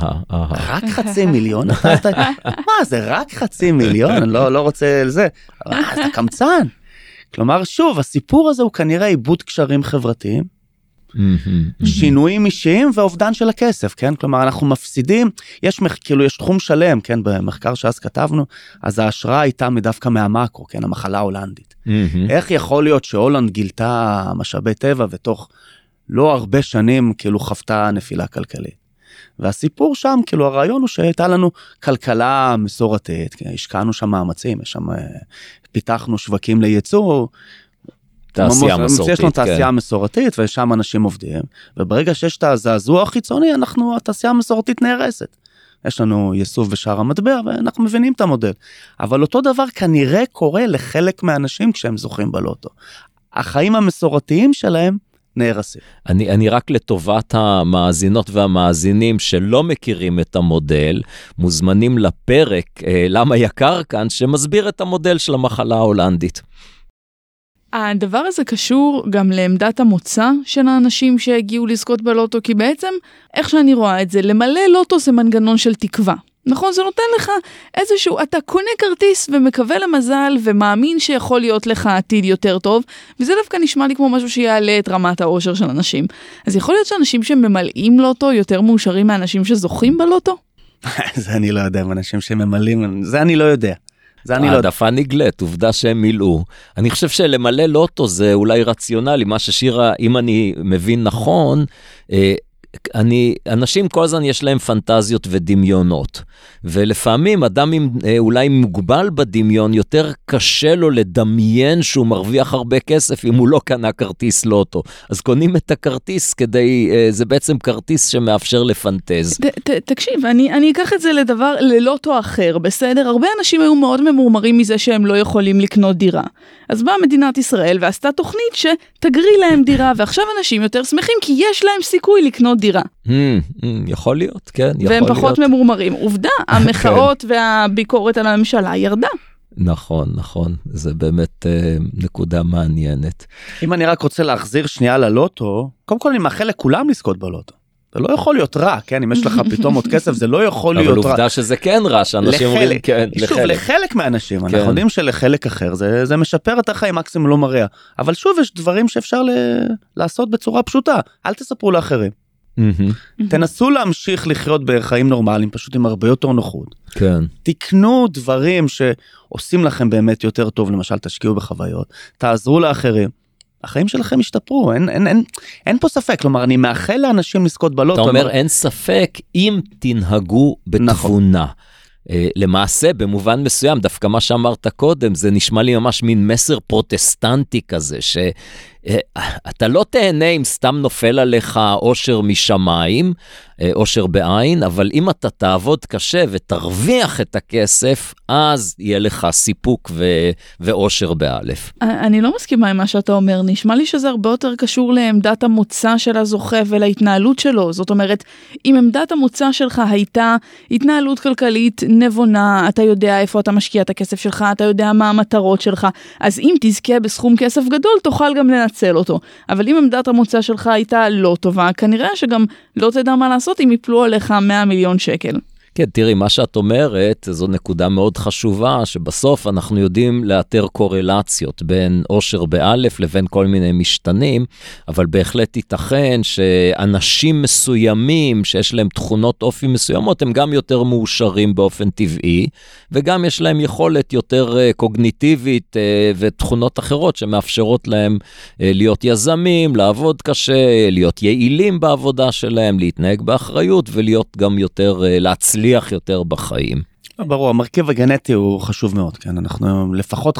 רק 500,000? מה, זה רק 500,000? אני לא רוצה על זה. אתה קמצן. כלומר, שוב, הסיפור הזה הוא כנראה איבוד קשרים חברתיים, שינויים אישיים ואובדן של הכסף, כן? כלומר, אנחנו מפסידים, יש תחום שלם, כן? במחקר שאז כתבנו, אז ההשראה הייתה דווקא מהמקרו, כן? המחלה ההולנדית. איך יכול להיות שהולנד גילתה משאבי טבע, ותוך לא הרבה שנים, כאילו, חוותה נפילה כלכלית. והסיפור שם, כאילו, הרעיון הוא שהייתה לנו כלכלה מסורתית, כן? השקענו שם מאמצים, פיתחנו שווקים לייצור, תעשייה מסורתית, יש לנו תעשייה מסורתית, ושם אנשים עובדים, וברגע שיש את הזעזוע החיצוני, התעשייה המסורתית נהרסת. יש לנו יסוף בשער המטבע, ואנחנו מבינים את המודל. אבל אותו דבר כנראה קורה לחלק מהאנשים כשהם זוכים בלוטו. החיים המסורתיים שלהם נהרסים. אני רק לטובת המאזינות והמאזינים שלא מכירים את המודל, מוזמנים לפרק למה יקר כאן, שמסביר את המודל של המחלה ההולנדית. הדבר הזה קשור גם לעמדת המוצא של האנשים שהגיעו לזכות בלוטו, כי בעצם, איך שאני רואה את זה, למלא לוטו זה מנגנון של תקווה. נכון, זה נותן לך איזשהו, אתה קונה כרטיס ומקווה למזל ומאמין שיכול להיות לך עתיד יותר טוב, וזה דווקא נשמע לי כמו משהו שיעלה את רמת האושר של אנשים. אז יכול להיות שאנשים שממלאים לוטו יותר מאושרים מאנשים שזוכים בלוטו? זה אני לא יודע, אנשים שממלאים, זה אני לא יודע. העדפה נגלית, עובדה שהם מילאו. אני חושב שלמלא לוטו זה אולי רציונלי, מה ששירה, אם אני מבין נכון, אנשים כל הזמן יש להם פנטזיות ודמיונות, ולפעמים אדם אולי מוגבל בדמיון, יותר קשה לו לדמיין שהוא מרוויח הרבה כסף אם הוא לא קנה כרטיס לוטו. אז קונים את הכרטיס כדי, זה בעצם כרטיס שמאפשר לפנטז. תקשיב, אני אקח את זה ללוטו אחר, בסדר? הרבה אנשים היו מאוד ממורמרים מזה שהם לא יכולים לקנות דירה. אז באה מדינת ישראל ועשתה תוכנית שתגרי להם דירה, ועכשיו אנשים יותר שמחים כי יש להם סיכוי לקנות דירה. יכול להיות, כן, יכול והם להיות. פחות ממורמרים. עובדה, המחאות והביקורת על הממשלה ירדה. נכון, נכון. זה באמת נקודה מעניינת. אם אני רק רוצה להחזיר שנייה ללוטו, קודם כל אני מאחל לכולם לזכות בלוטו. זה לא יכול להיות רע, כן? אם יש לך פתאום עוד כסף, זה לא יכול להיות רע. אבל עובדה שזה כן רע, שאנשים אומרים כן, שוב, לחלק מהאנשים, אנחנו יודעים שלחלק אחר, זה משפר את החיים, מקסימום לא מראה. אבל שוב, יש דברים שאפשר לעשות בצורה פשוטה. אל תספרו לאחרים. תנסו להמשיך לחיות בחיים נורמליים, פשוט עם הרבה יותר נוחות. כן. תקנו דברים שעושים לכם באמת יותר טוב, למשל תשקיעו בחוויות, תעזרו לאחרים. החיים שלכם ישתפרו, אין פה ספק, כלומר אני מאחל לאנשים לזכות בלוטו. אתה אומר אין ספק אם תנהגו בתבונה. למעשה במובן מסוים, דווקא מה שאמרת קודם, זה נשמע לי ממש מין מסר פרוטסטנטי כזה, שאתה לא תהנה אם סתם נופל עליך אושר משמיים, אושר בעין, אבל אם אתה תעבוד קשה ותרוויח את הכסף, אז יהיה לך סיפוק ואושר באלף. אני לא מסכימה עם מה שאתה אומר, נשמע לי שזה הרבה יותר קשור לעמדת המוצא של הזוכה ולהתנהלות שלו. זאת אומרת, אם עמדת המוצא שלך הייתה התנהלות כלכלית נבונה, אתה יודע איפה אתה משקיע את הכסף שלך, אתה יודע מה המטרות שלך, אז אם תזכה בסכום כסף גדול, תוכל גם לנצל אותו. אבל אם עמדת המוצא שלך הייתה לא טובה, כנראה שגם לא תדע מה לעשות אם יפלו עליך 100 מיליון שקל. כן, תראי, מה שאת אומרת, זו נקודה מאוד חשובה, שבסוף אנחנו יודעים לאתר קורלציות בין אושר באלף לבין כל מיני משתנים, אבל בהחלט ייתכן שאנשים מסוימים, שיש להם תכונות אופי מסוימות, הם גם יותר מאושרים באופן טבעי, וגם יש להם יכולת יותר קוגניטיבית ותכונות אחרות שמאפשרות להם להיות יזמים, לעבוד קשה, להיות יעילים בעבודה שלהם, להתנהג באחריות ולהיות גם יותר להצליח יותר בחיים. ברור, המרכיב הגנטי הוא חשוב מאוד, כן? אנחנו לפחות 50%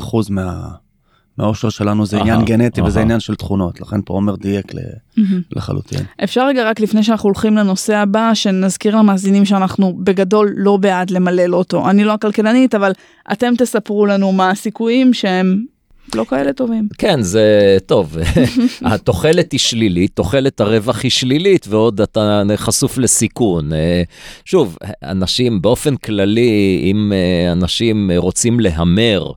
מהאושר שלנו זה עניין גנטי, וזה עניין של תכונות, לכן פה אומר דייק לחלוטין. אפשר רגע רק לפני שאנחנו הולכים לנושא הבא, שנזכיר למאזינים שאנחנו בגדול לא בעד למלא לוטו. אני לא הכלכלנית, אבל אתם תספרו לנו מה הסיכויים שהם לא כאלה טובים. כן, זה טוב. התוחלת היא שלילית, תוחלת הרווח היא שלילית, ועוד אתה חשוף לסיכון. שוב, אנשים באופן כללי, אם אנשים רוצים להמר,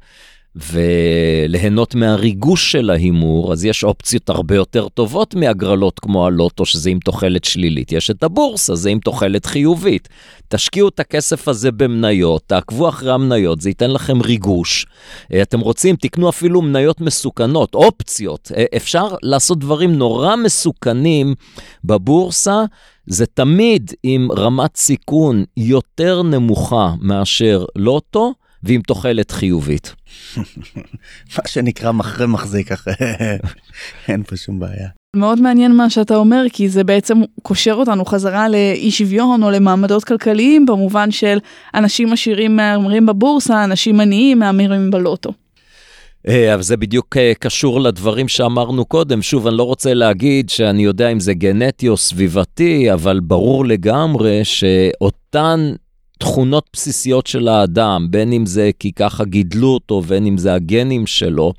וליהנות מהריגוש של ההימור, אז יש אופציות הרבה יותר טובות מהגרלות כמו הלוטו, שזה עם תוחלת שלילית. יש את הבורסה, זה עם תוחלת חיובית. תשקיעו את הכסף הזה במניות, תעקבו אחרי המניות, זה ייתן לכם ריגוש. אתם רוצים, תקנו אפילו מניות מסוכנות, אופציות. אפשר לעשות דברים נורא מסוכנים בבורסה, זה תמיד עם רמת סיכון יותר נמוכה מאשר לוטו, ועם תוחלת חיובית. מה שנקרא מחרה מחזיק אחרי, אין פה שום בעיה. מאוד מעניין מה שאתה אומר, כי זה בעצם קושר אותנו חזרה לאי שוויון או למעמדות כלכליים, במובן של אנשים עשירים מהמרים בבורסה, אנשים עניים מהמרים בלוטו. אבל זה בדיוק קשור לדברים שאמרנו קודם. שוב, אני לא רוצה להגיד שאני יודע אם זה גנטי או סביבתי, אבל ברור לגמרי שאותן תכונות בסיסיות של האדם, בין אם זה כי ככה גידלו אותו, בין אם זה הגנים שלו,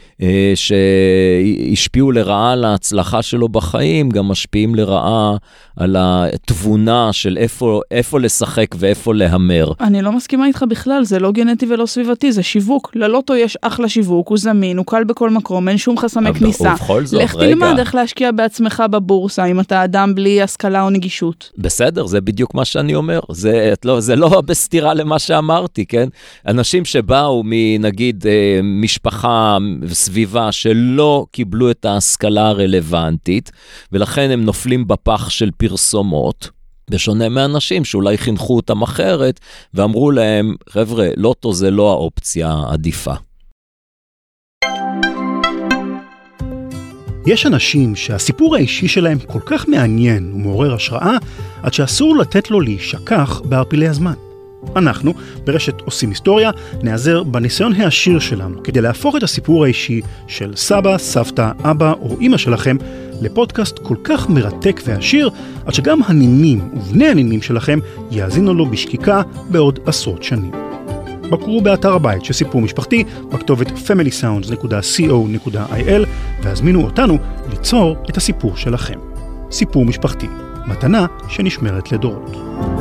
שהשפיעו לרעה על ההצלחה שלו בחיים, גם משפיעים לרעה על התבונה של איפה לשחק ואיפה להמר. אני לא מסכימה איתך בכלל, זה לא גנטי ולא סביבתי, זה שיווק. ללוטו יש אחלה שיווק, הוא זמין, הוא קל בכל מקום, אין שום חסמי כניסה. לך תלמד איך להשקיע בעצמך בבורסה, אם אתה אדם בלי השכלה או נגישות. בסדר, זה בדיוק מה שאני אומר. זה לא בסתירה למה שאמרתי, כן? אנשים שבאו מנגיד משפחה סביבה שלא קיבלו את ההשכלה הרלוונטית, ולכן הם נופלים בפח של פרסומות, בשונה מאנשים שאולי חינכו אותם אחרת, ואמרו להם, חבר'ה, לוטו זה לא האופציה העדיפה. יש אנשים שהסיפור האישי שלהם כל כך מעניין ומעורר השראה, עד שאסור לתת לו להישכח בערפילי הזמן. אנחנו, ברשת עושים היסטוריה, נעזר בניסיון העשיר שלנו, כדי להפוך את הסיפור האישי של סבא, סבתא, אבא או אמא שלכם, לפודקאסט כל כך מרתק ועשיר, עד שגם הנינים ובני הנינים שלכם יאזינו לו בשקיקה בעוד עשרות שנים. בקרו באתר הבית של סיפור משפחתי, בכתובת familysounds.co.il, והזמינו אותנו ליצור את הסיפור שלכם. סיפור משפחתי, מתנה שנשמרת לדורות.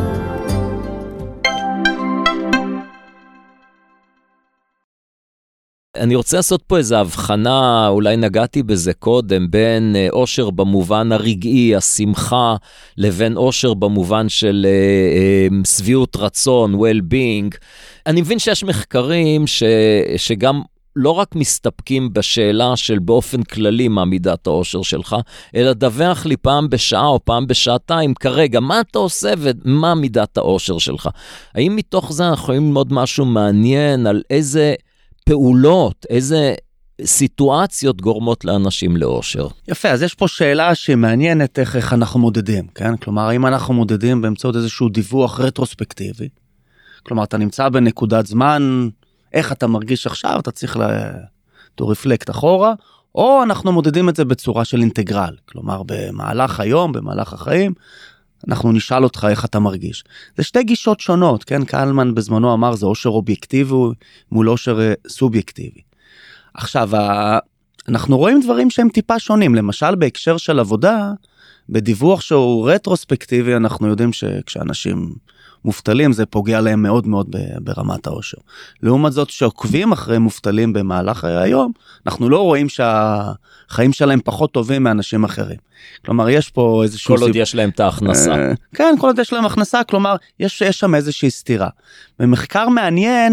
אני רוצה לעשות פה איזו הבחנה, אולי נגעתי בזה קודם, בין אושר במובן הרגעי, השמחה, לבין אושר במובן של סביעות רצון, well-being. אני מבין שיש מחקרים שגם לא רק מסתפקים בשאלה של באופן כללי מה מידת האושר שלך, אלא דווח לי פעם בשעה או פעם בשעתיים, כרגע, מה אתה עושה ומה מידת האושר שלך? האם מתוך זה אנחנו יכולים ללמוד משהו מעניין על איזה פעולות, איזה סיטואציות גורמות לאנשים לאושר? יפה, אז יש פה שאלה שמעניינת איך אנחנו מודדים, כן? כלומר, האם אנחנו מודדים באמצעות איזשהו דיווח רטרוספקטיבי, כלומר, אתה נמצא בנקודת זמן, איך אתה מרגיש עכשיו, אתה צריך to reflect אחורה, או אנחנו מודדים את זה בצורה של אינטגרל, כלומר, במהלך היום, במהלך החיים, אנחנו נשאל אותך איך אתה מרגיש. זה שתי גישות שונות, כן? קלמן בזמנו אמר, זה אושר אובייקטיבי מול אושר סובייקטיבי. עכשיו, אנחנו רואים דברים שהם טיפה שונים, למשל בהקשר של עבודה, בדיווח שהוא רטרוספקטיבי, אנחנו יודעים שכשאנשים מובטלים, זה פוגע להם מאוד מאוד ברמת האושר. לעומת זאת, שעוקבים אחרי מובטלים במהלך היום, אנחנו לא רואים שהחיים שלהם פחות טובים מאנשים אחרים. כלומר, יש פה איזשהו... כל עוד יש להם את ההכנסה. כן, כל עוד יש להם הכנסה, כלומר, יש שם איזושהי סתירה. במחקר מעניין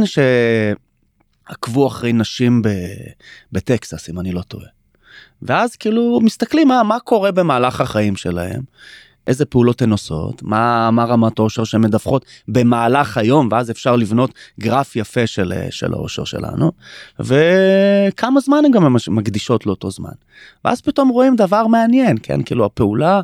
שעקבו אחרי נשים בטקסס, אם אני לא טועה. ואז כאילו מסתכלים מה קורה במהלך החיים שלהם, איזה פעולות הן עושות, מה רמת האושר שהן מדווחות במהלך היום, ואז אפשר לבנות גרף יפה של האושר שלנו, וכמה זמן הן גם מקדישות לאותו זמן. ואז פתאום רואים דבר מעניין, כן, כאילו הפעולה,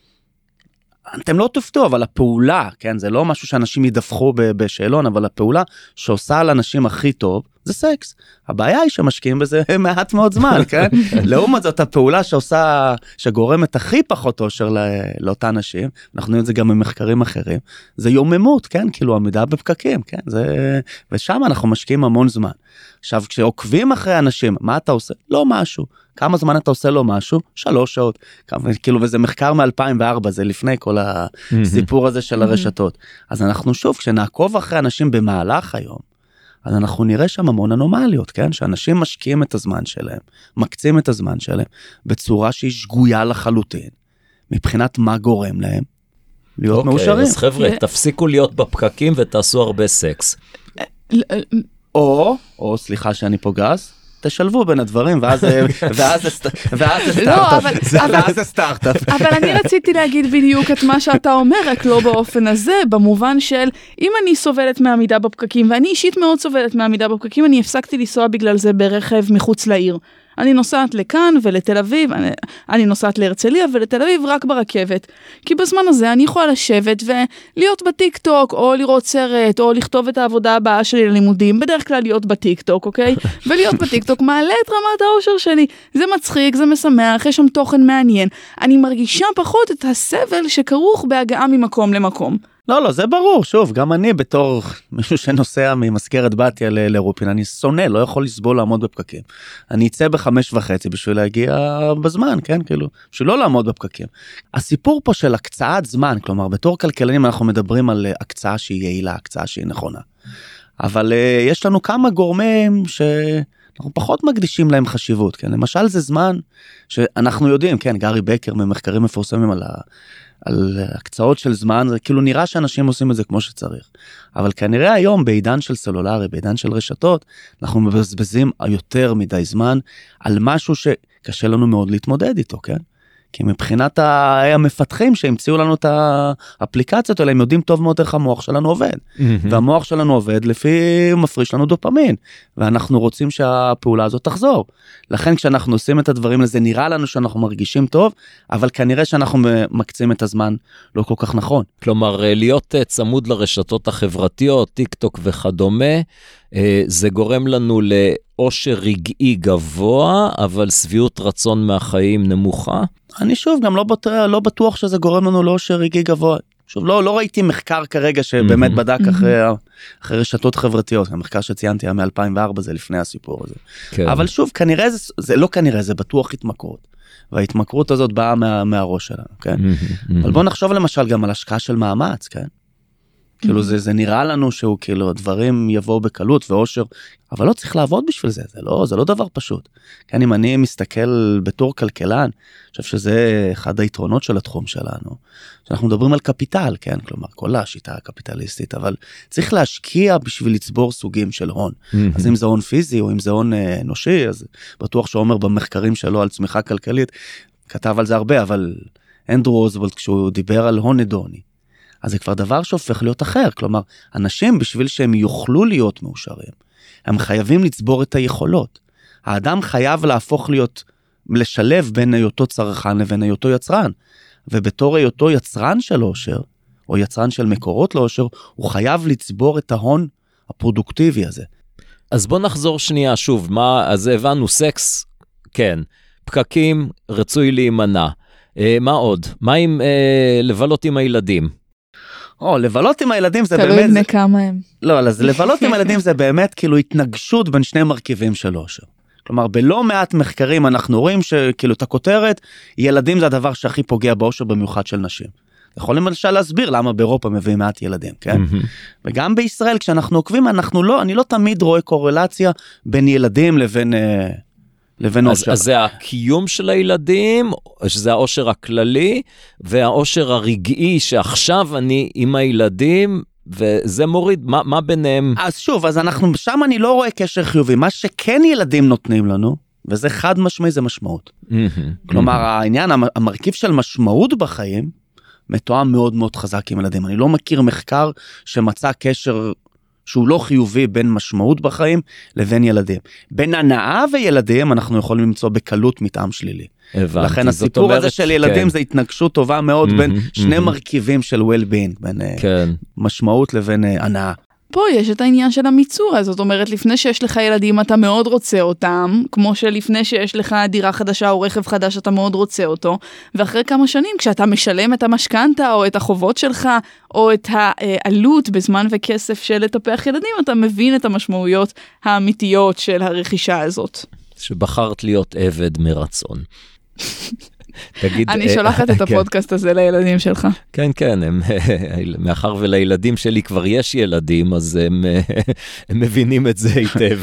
אתם לא תופתעו, אבל הפעולה, כן, זה לא משהו שאנשים ידווחו בשאלון, אבל הפעולה שעושה על אנשים הכי טוב, זה סקס. הבעיה היא שמשקיעים בזה מעט מאוד זמן, כן? לעומת זאת, הפעולה שגורמת הכי פחות אושר לאותה אנשים, אנחנו יודעים את זה גם במחקרים אחרים, זה יוממות, כן? כאילו עמידה בפקקים, כן? ושם אנחנו משקיעים המון זמן. עכשיו, כשעוקבים אחרי אנשים, מה אתה עושה? לא משהו. כמה זמן אתה עושה לו משהו? 3 שעות. כאילו, וזה מחקר מ-2004, זה לפני כל הסיפור הזה של הרשתות. אז אנחנו שוב, כשנעקוב אחרי אנשים במהלך היום, אז אנחנו נראה שם המון אנומליות, כן? שאנשים משקיעים את הזמן שלהם, מקצים את הזמן שלהם, בצורה שהיא שגויה לחלוטין, מבחינת מה גורם להם להיות מאושרים. אז חבר'ה, תפסיקו להיות בפקקים ותעשו הרבה סקס. או סליחה שאני פה גס, תשלבו בין הדברים, ואז זה סטארט-אפ. אבל אני רציתי להגיד בדיוק את מה שאתה אומר, רק לא באופן הזה, במובן של, אם אני סובלת מעמידה בפקקים, ואני אישית מאוד סובלת מעמידה בפקקים, אני הפסקתי לנסוע בגלל זה ברכב מחוץ לעיר. אני נוסעת לכאן ולתל אביב, אני נוסעת להרצליה ולתל אביב רק ברכבת. כי בזמן הזה אני יכולה לשבת ולהיות בטיק טוק, או לראות סרט, או לכתוב את העבודה הבאה שלי ללימודים, בדרך כלל להיות בטיק טוק, אוקיי? ולהיות בטיק טוק מעלה את רמת האושר שלי. זה מצחיק, זה משמח, יש שם תוכן מעניין. אני מרגישה פחות את הסבל שכרוך בהגעה ממקום למקום. לא, זה ברור, שוב, גם אני בתור מישהו שנוסע ממזכרת בתיה לרופין, אני שונא, לא יכול לסבול לעמוד בפקקים. אני אצא ב5:30 בשביל להגיע בזמן, כן, כאילו, בשביל לא לעמוד בפקקים. הסיפור פה של הקצאת זמן, כלומר, בתור כלכלנים אנחנו מדברים על הקצאה שהיא יעילה, הקצאה שהיא נכונה. אבל יש לנו כמה גורמים שאנחנו פחות מקדישים להם חשיבות, כן, למשל זה זמן שאנחנו יודעים, כן, גארי בקר ממחקרים מפורסמים על הקצאות של זמן, זה כאילו נראה שאנשים עושים את זה כמו שצריך. אבל כנראה היום בעידן של סלולרי, בעידן של רשתות, אנחנו מבזבזים יותר מדי זמן על משהו שקשה לנו מאוד להתמודד איתו, כן? כי מבחינת המפתחים שהמציאו לנו את האפליקציות האלה, הם יודעים טוב מאוד איך המוח שלנו עובד. והמוח שלנו עובד לפי מפריש לנו דופמין, ואנחנו רוצים שהפעולה הזאת תחזור. לכן כשאנחנו עושים את הדברים לזה, נראה לנו שאנחנו מרגישים טוב, אבל כנראה שאנחנו מקצים את הזמן לא כל כך נכון. כלומר, להיות צמוד לרשתות החברתיות, טיק טוק וכדומה, זה גורם לנו לאושר רגעי גבוה, אבל שביעות רצון מהחיים נמוכה. אני שוב גם לא בטוח שזה גורם לנו לאושר רגעי גבוה. שוב, לא ראיתי מחקר כרגע שבאמת בדק אחרי רשתות חברתיות. המחקר שציינתי היה מ-2004, זה לפני הסיפור הזה. כן. אבל שוב, כנראה זה בטוח התמכרות. וההתמכרות הזאת באה מהראש שלנו, כן? אבל בואו נחשוב למשל גם על השקעה של מאמץ, כן? כאילו זה נראה לנו שהוא כאילו דברים יבואו בקלות ואושר, אבל לא צריך לעבוד בשביל זה, זה לא דבר פשוט. כן, אם אני מסתכל בתור כלכלן, אני חושב שזה אחד היתרונות של התחום שלנו, שאנחנו מדברים על קפיטל, כן, כלומר כל השיטה הקפיטליסטית, אבל צריך להשקיע בשביל לצבור סוגים של הון. אז אם זה הון פיזי או אם זה הון אנושי, אז בטוח שעומר במחקרים שלו על צמיחה כלכלית, כתב על זה הרבה, אבל אנדרו רוזוולט כשהוא דיבר על הון אדוני, אז זה כבר דבר שהופך להיות אחר, כלומר, אנשים בשביל שהם יוכלו להיות מאושרים, הם חייבים לצבור את היכולות. האדם חייב להפוך להיות, לשלב בין היותו צרכן לבין היותו יצרן, ובתור היותו יצרן של אושר, או יצרן של מקורות לאושר, הוא חייב לצבור את ההון הפרודוקטיבי הזה. אז בוא נחזור שנייה שוב, אז הבנו סקס, כן, פקקים, רצוי להימנע. מה עוד? מה עם לבלות עם הילדים? לבלות עם הילדים זה באמת... תלוי בני כמה הם. לא, אז לבלות עם הילדים זה באמת כאילו התנגשות בין שני מרכיבים של אושר. כלומר, בלא מעט מחקרים אנחנו רואים שכאילו את הכותרת, ילדים זה הדבר שהכי פוגע באושר במיוחד של נשים. יכולים למשל להסביר למה באירופה מביאים מעט ילדים, כן? וגם בישראל כשאנחנו עוקבים, אני לא תמיד רואה קורלציה בין ילדים לבין אושר. אז זה הקיום של הילדים, שזה האושר הכללי, והאושר הרגעי שעכשיו אני עם הילדים, וזה מוריד, מה ביניהם? אז שוב, שם אני לא רואה קשר חיובי, מה שכן ילדים נותנים לנו, וזה חד משמעי, זה משמעות. כלומר, העניין, המרכיב של משמעות בחיים, מתואם מאוד מאוד חזק עם ילדים. אני לא מכיר מחקר שמצא קשר שהוא לא חיובי בין משמעות בחיים לבין ילדים. בין הנאה וילדים אנחנו יכולים למצוא בקלות מטעם שלילי. הבנתי. לכן הסיפור הזה של ילדים זה התנגשות טובה מאוד בין שני מרכיבים של well-being, בין משמעות לבין הנאה. פה יש את העניין של המיצוע, זאת אומרת, לפני שיש לך ילדים אתה מאוד רוצה אותם, כמו שלפני שיש לך דירה חדשה או רכב חדש אתה מאוד רוצה אותו, ואחרי כמה שנים כשאתה משלם את המשכנתה או את החובות שלך, או את העלות בזמן וכסף של לטפח ילדים, אתה מבין את המשמעויות האמיתיות של הרכישה הזאת. שבחרת להיות עבד מרצון. אני שולחת את הפודקאסט הזה לילדים שלך. כן, כן, מאחר ולילדים שלי כבר יש ילדים, אז הם מבינים את זה היטב.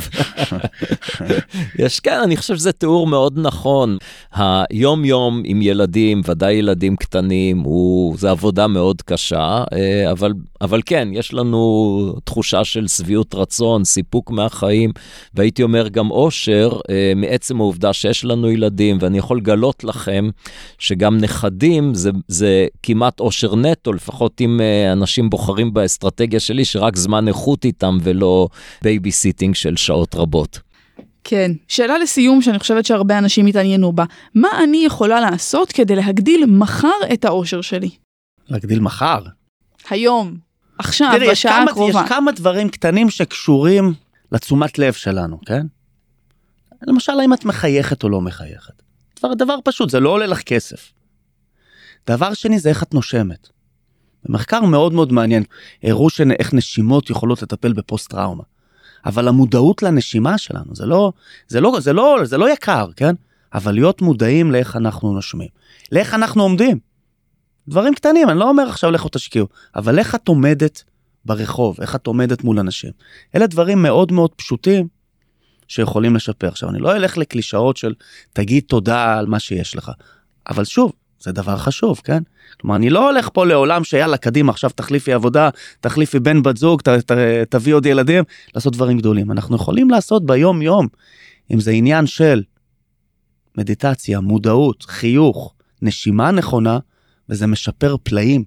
כן, אני חושב שזה תיאור מאוד נכון. היום יום עם ילדים, ודאי ילדים קטנים, זה עבודה מאוד קשה, אבל כן, יש לנו תחושה של שביעות רצון, סיפוק מהחיים, והייתי אומר גם אושר, מעצם העובדה שיש לנו ילדים, ואני יכול לגלות לכם, שגם נכדים זה כמעט אושר נטו, לפחות אם אנשים בוחרים באסטרטגיה שלי, שרק זמן איכות איתם ולא בייביסיטינג של שעות רבות. כן, שאלה לסיום שאני חושבת שהרבה אנשים התעניינו בה. מה אני יכולה לעשות כדי להגדיל מחר את האושר שלי? להגדיל מחר? היום, עכשיו, בשעה הקרובה. יש כמה דברים קטנים שקשורים לתשומת לב שלנו, כן? למשל, האם את מחייכת או לא מחייכת? דבר פשוט, זה לא עולה לך כסף. דבר שני זה איך את נושמת. במחקר מאוד מאוד מעניין, הראו איך נשימות יכולות לטפל בפוסט-טראומה. אבל המודעות לנשימה שלנו, זה לא יקר, כן? אבל להיות מודעים לאיך אנחנו נושמים. לאיך אנחנו עומדים. דברים קטנים, אני לא אומר עכשיו לכו תשקיעו, אבל איך את עומדת ברחוב, איך את עומדת מול אנשים. אלה דברים מאוד מאוד פשוטים, שיכולים לשפר. עכשיו, אני לא אלך לקלישאות של תגיד תודה על מה שיש לך. אבל שוב, זה דבר חשוב, כן? כלומר, אני לא הולך פה לעולם שיאללה, קדימה, עכשיו תחליפי עבודה, תחליפי בן בת זוג, תביא עוד ילדים, לעשות דברים גדולים. אנחנו יכולים לעשות ביום יום, אם זה עניין של מדיטציה, מודעות, חיוך, נשימה נכונה, וזה משפר פלאים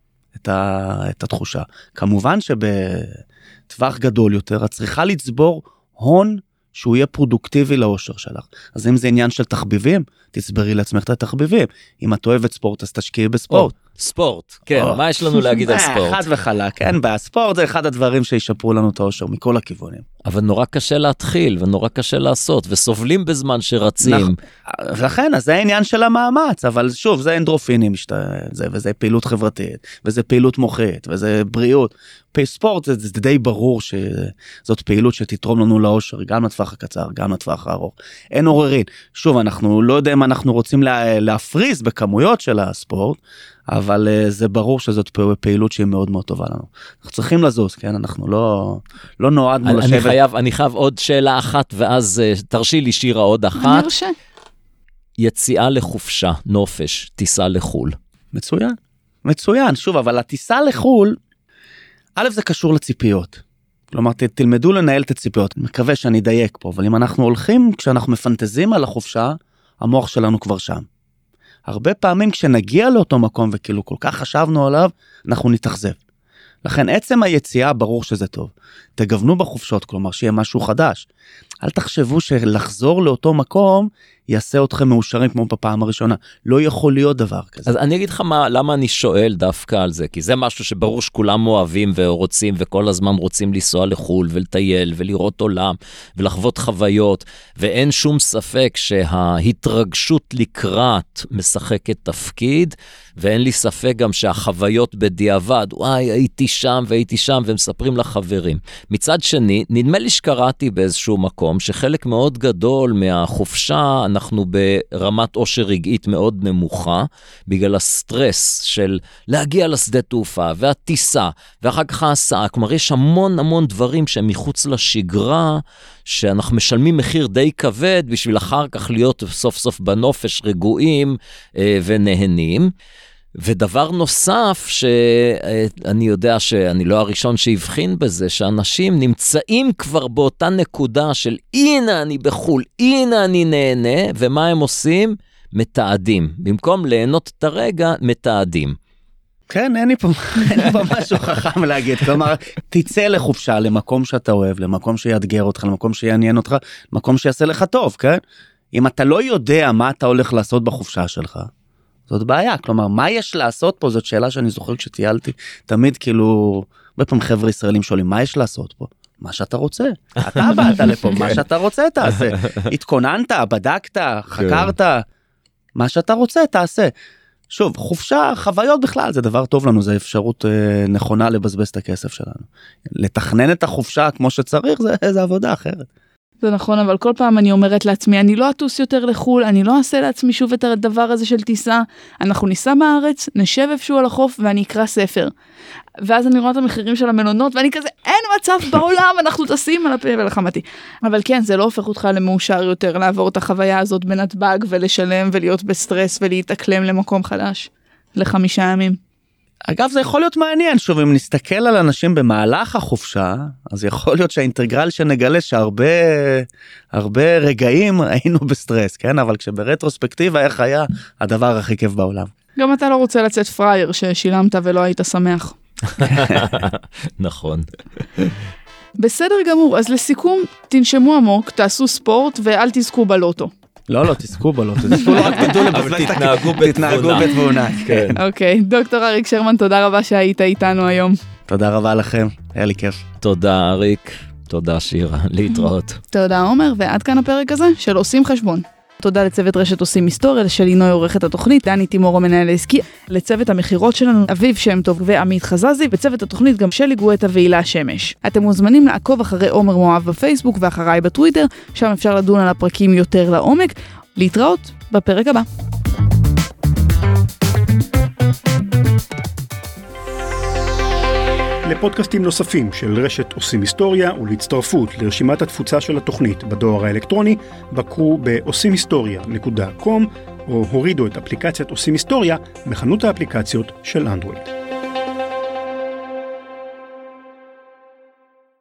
את התחושה. כמובן שבטווח גדול יותר, את צריכה לצבור הון שהוא יהיה פרודוקטיבי לאושר שלך. אז אם זה עניין של תחביבים, תצברי לעצמך את התחביבים. אם את אוהבת ספורט, אז תשקיעי בספורט. ספורט, כן, מה יש לנו להגיד על ספורט? חד וחלק, כן, בספורט זה אחד הדברים שישפרו לנו את האושר מכל הכיוונים. אבל נורא קשה להתחיל, ונורא קשה לעשות, וסובלים בזמן שרצים. ולכן, אז זה העניין של המאמץ, אבל שוב, זה אנדרופינים, וזה פעילות חברתית, וזה פעילות מוחית, וזה בריאות. ספורט זה די ברור שזאת פעילות שתתרום לנו לאושר, גם לטווח הקצר, גם לטווח הארוך. אין עוררין. שוב, אנחנו לא יודעים מה אנחנו רוצים להפריז בכמויות של הספורט, אבל זה ברור שזאת פעילות שהיא מאוד מאוד טובה לנו. אנחנו צריכים לזוז, כן? אנחנו לא נועדנו לשבת. אני חייב עוד שאלה אחת, ואז תרשי לי שירה עוד אחת. אני ארשה. יציאה לחופשה, נופש, טיסה לחול. מצוין. מצוין, שוב, אבל הטיסה לחול, א' זה קשור לציפיות. כלומר, תלמדו לנהל את הציפיות. אני מקווה שאני אדייק פה, אבל אם אנחנו הולכים, כשאנחנו מפנטזים על החופשה, המוח שלנו כבר שם. הרבה פעמים כשנגיע לאותו מקום וכאילו כל כך חשבנו עליו, אנחנו נתאכזב. לכן עצם היציאה ברור שזה טוב. תגוונו בחופשות, כלומר שיהיה משהו חדש. אל תחשבו שלחזור לאותו מקום יעשה אתכם מאושרים כמו בפעם הראשונה. לא יכול להיות דבר כזה. אז אני אגיד לך למה אני שואל דווקא על זה, כי זה משהו שברור שכולם אוהבים ורוצים, וכל הזמן רוצים לנסוע לחול ולטייל ולראות עולם ולחוות חוויות, ואין שום ספק שההתרגשות לקראת משחקת תפקיד, ואין לי ספק גם שהחוויות בדיעבד, וואי, הייתי שם והייתי שם, ומספרים לחברים. מצד שני, נדמה לי שקראתי באיזשהו מקום, שחלק מאוד גדול מהחופשה, אנחנו ברמת עושר רגעית מאוד נמוכה, בגלל הסטרס של להגיע לשדה תעופה, והטיסה, ואחר כך ההסעה. כלומר, יש המון המון דברים שהם מחוץ לשגרה, שאנחנו משלמים מחיר די כבד, בשביל אחר כך להיות סוף סוף בנופש רגועים ונהנים. ודבר נוסף שאני יודע שאני לא הראשון שהבחין בזה, שאנשים נמצאים כבר באותה נקודה של הנה אני בחול, הנה אני נהנה, ומה הם עושים? מתעדים. במקום ליהנות את הרגע, מתעדים. כן, אין לי פה משהו חכם להגיד. כלומר, תצא לחופשה למקום שאתה אוהב, למקום שיאתגר אותך, למקום שיעניין אותך, למקום שיעשה לך טוב, כן? אם אתה לא יודע מה אתה הולך לעשות בחופשה שלך, זאת בעיה. כלומר, מה יש לעשות פה? זאת שאלה שאני זוכר כשטיילתי, תמיד כאילו, בפעם חבר'ה ישראלים שואלים, מה יש לעשות פה? מה שאתה רוצה. אתה באת לפה, מה שאתה רוצה תעשה. התכוננת, בדקת, חקרת, מה שאתה רוצה תעשה. שוב, חופשה, חוויות בכלל, זה דבר טוב לנו, זה אפשרות נכונה לבזבז את הכסף שלנו. לתכנן את החופשה כמו שצריך, זה עבודה אחרת. זה נכון, אבל כל פעם אני אומרת לעצמי, אני לא אטוס יותר לחול, אני לא אעשה לעצמי שוב את הדבר הזה של טיסה, אנחנו ניסע בארץ, נשב איפשהו על החוף ואני אקרא ספר. ואז אני רואה את המחירים של המלונות, ואני כזה, אין מצב בעולם, אנחנו טסים על הפה ולחמתי. אבל כן, זה לא הופך אותך למאושר יותר, לעבור את החוויה הזאת בנתב"ג ולשלם ולהיות בסטרס ולהתאקלם למקום חדש, ל5 ימים. אגב, זה יכול להיות מעניין, שוב, אם נסתכל על אנשים במהלך החופשה, אז יכול להיות שהאינטגרל שנגלה שהרבה רגעים היינו בסטרס, כן? אבל כשברטרוספקטיבה, איך היה הדבר הכי כיף בעולם? גם אתה לא רוצה לצאת פרייר ששילמת ולא היית שמח. נכון. בסדר גמור, אז לסיכום, תנשמו עמוק, תעשו ספורט ואל תזכו בלוטו. לא, תזכו בלוטו, תזכו לא רק תדעו לבזבז, תתנהגו בתבונה. אוקיי, דוקטור אריק שרמן, תודה רבה שהיית איתנו היום. תודה רבה לכם, היה לי כיף. תודה אריק, תודה שירה, להתראות. תודה עומר, ועד כאן הפרק הזה של עושים חשבון. תודה לצוות רשת עושים היסטוריה, לשלינוי עורכת התוכנית, דני תימור המנהל העסקי, לצוות המחירות שלנו, אביב שם טוב ועמית חזזי, וצוות התוכנית גם שלי גואטה והילה שמש. אתם מוזמנים לעקוב אחרי עומר מואב בפייסבוק ואחריי בטוויטר, שם אפשר לדון על הפרקים יותר לעומק. להתראות בפרק הבא. לפודקאסטים נוספים של רשת עושים היסטוריה ולהצטרפות לרשימת התפוצה של התוכנית בדואר האלקטרוני, בקרו ב-עושימhistoria.com או הורידו את אפליקציית עושים היסטוריה בחנות האפליקציות של אנדרואיד.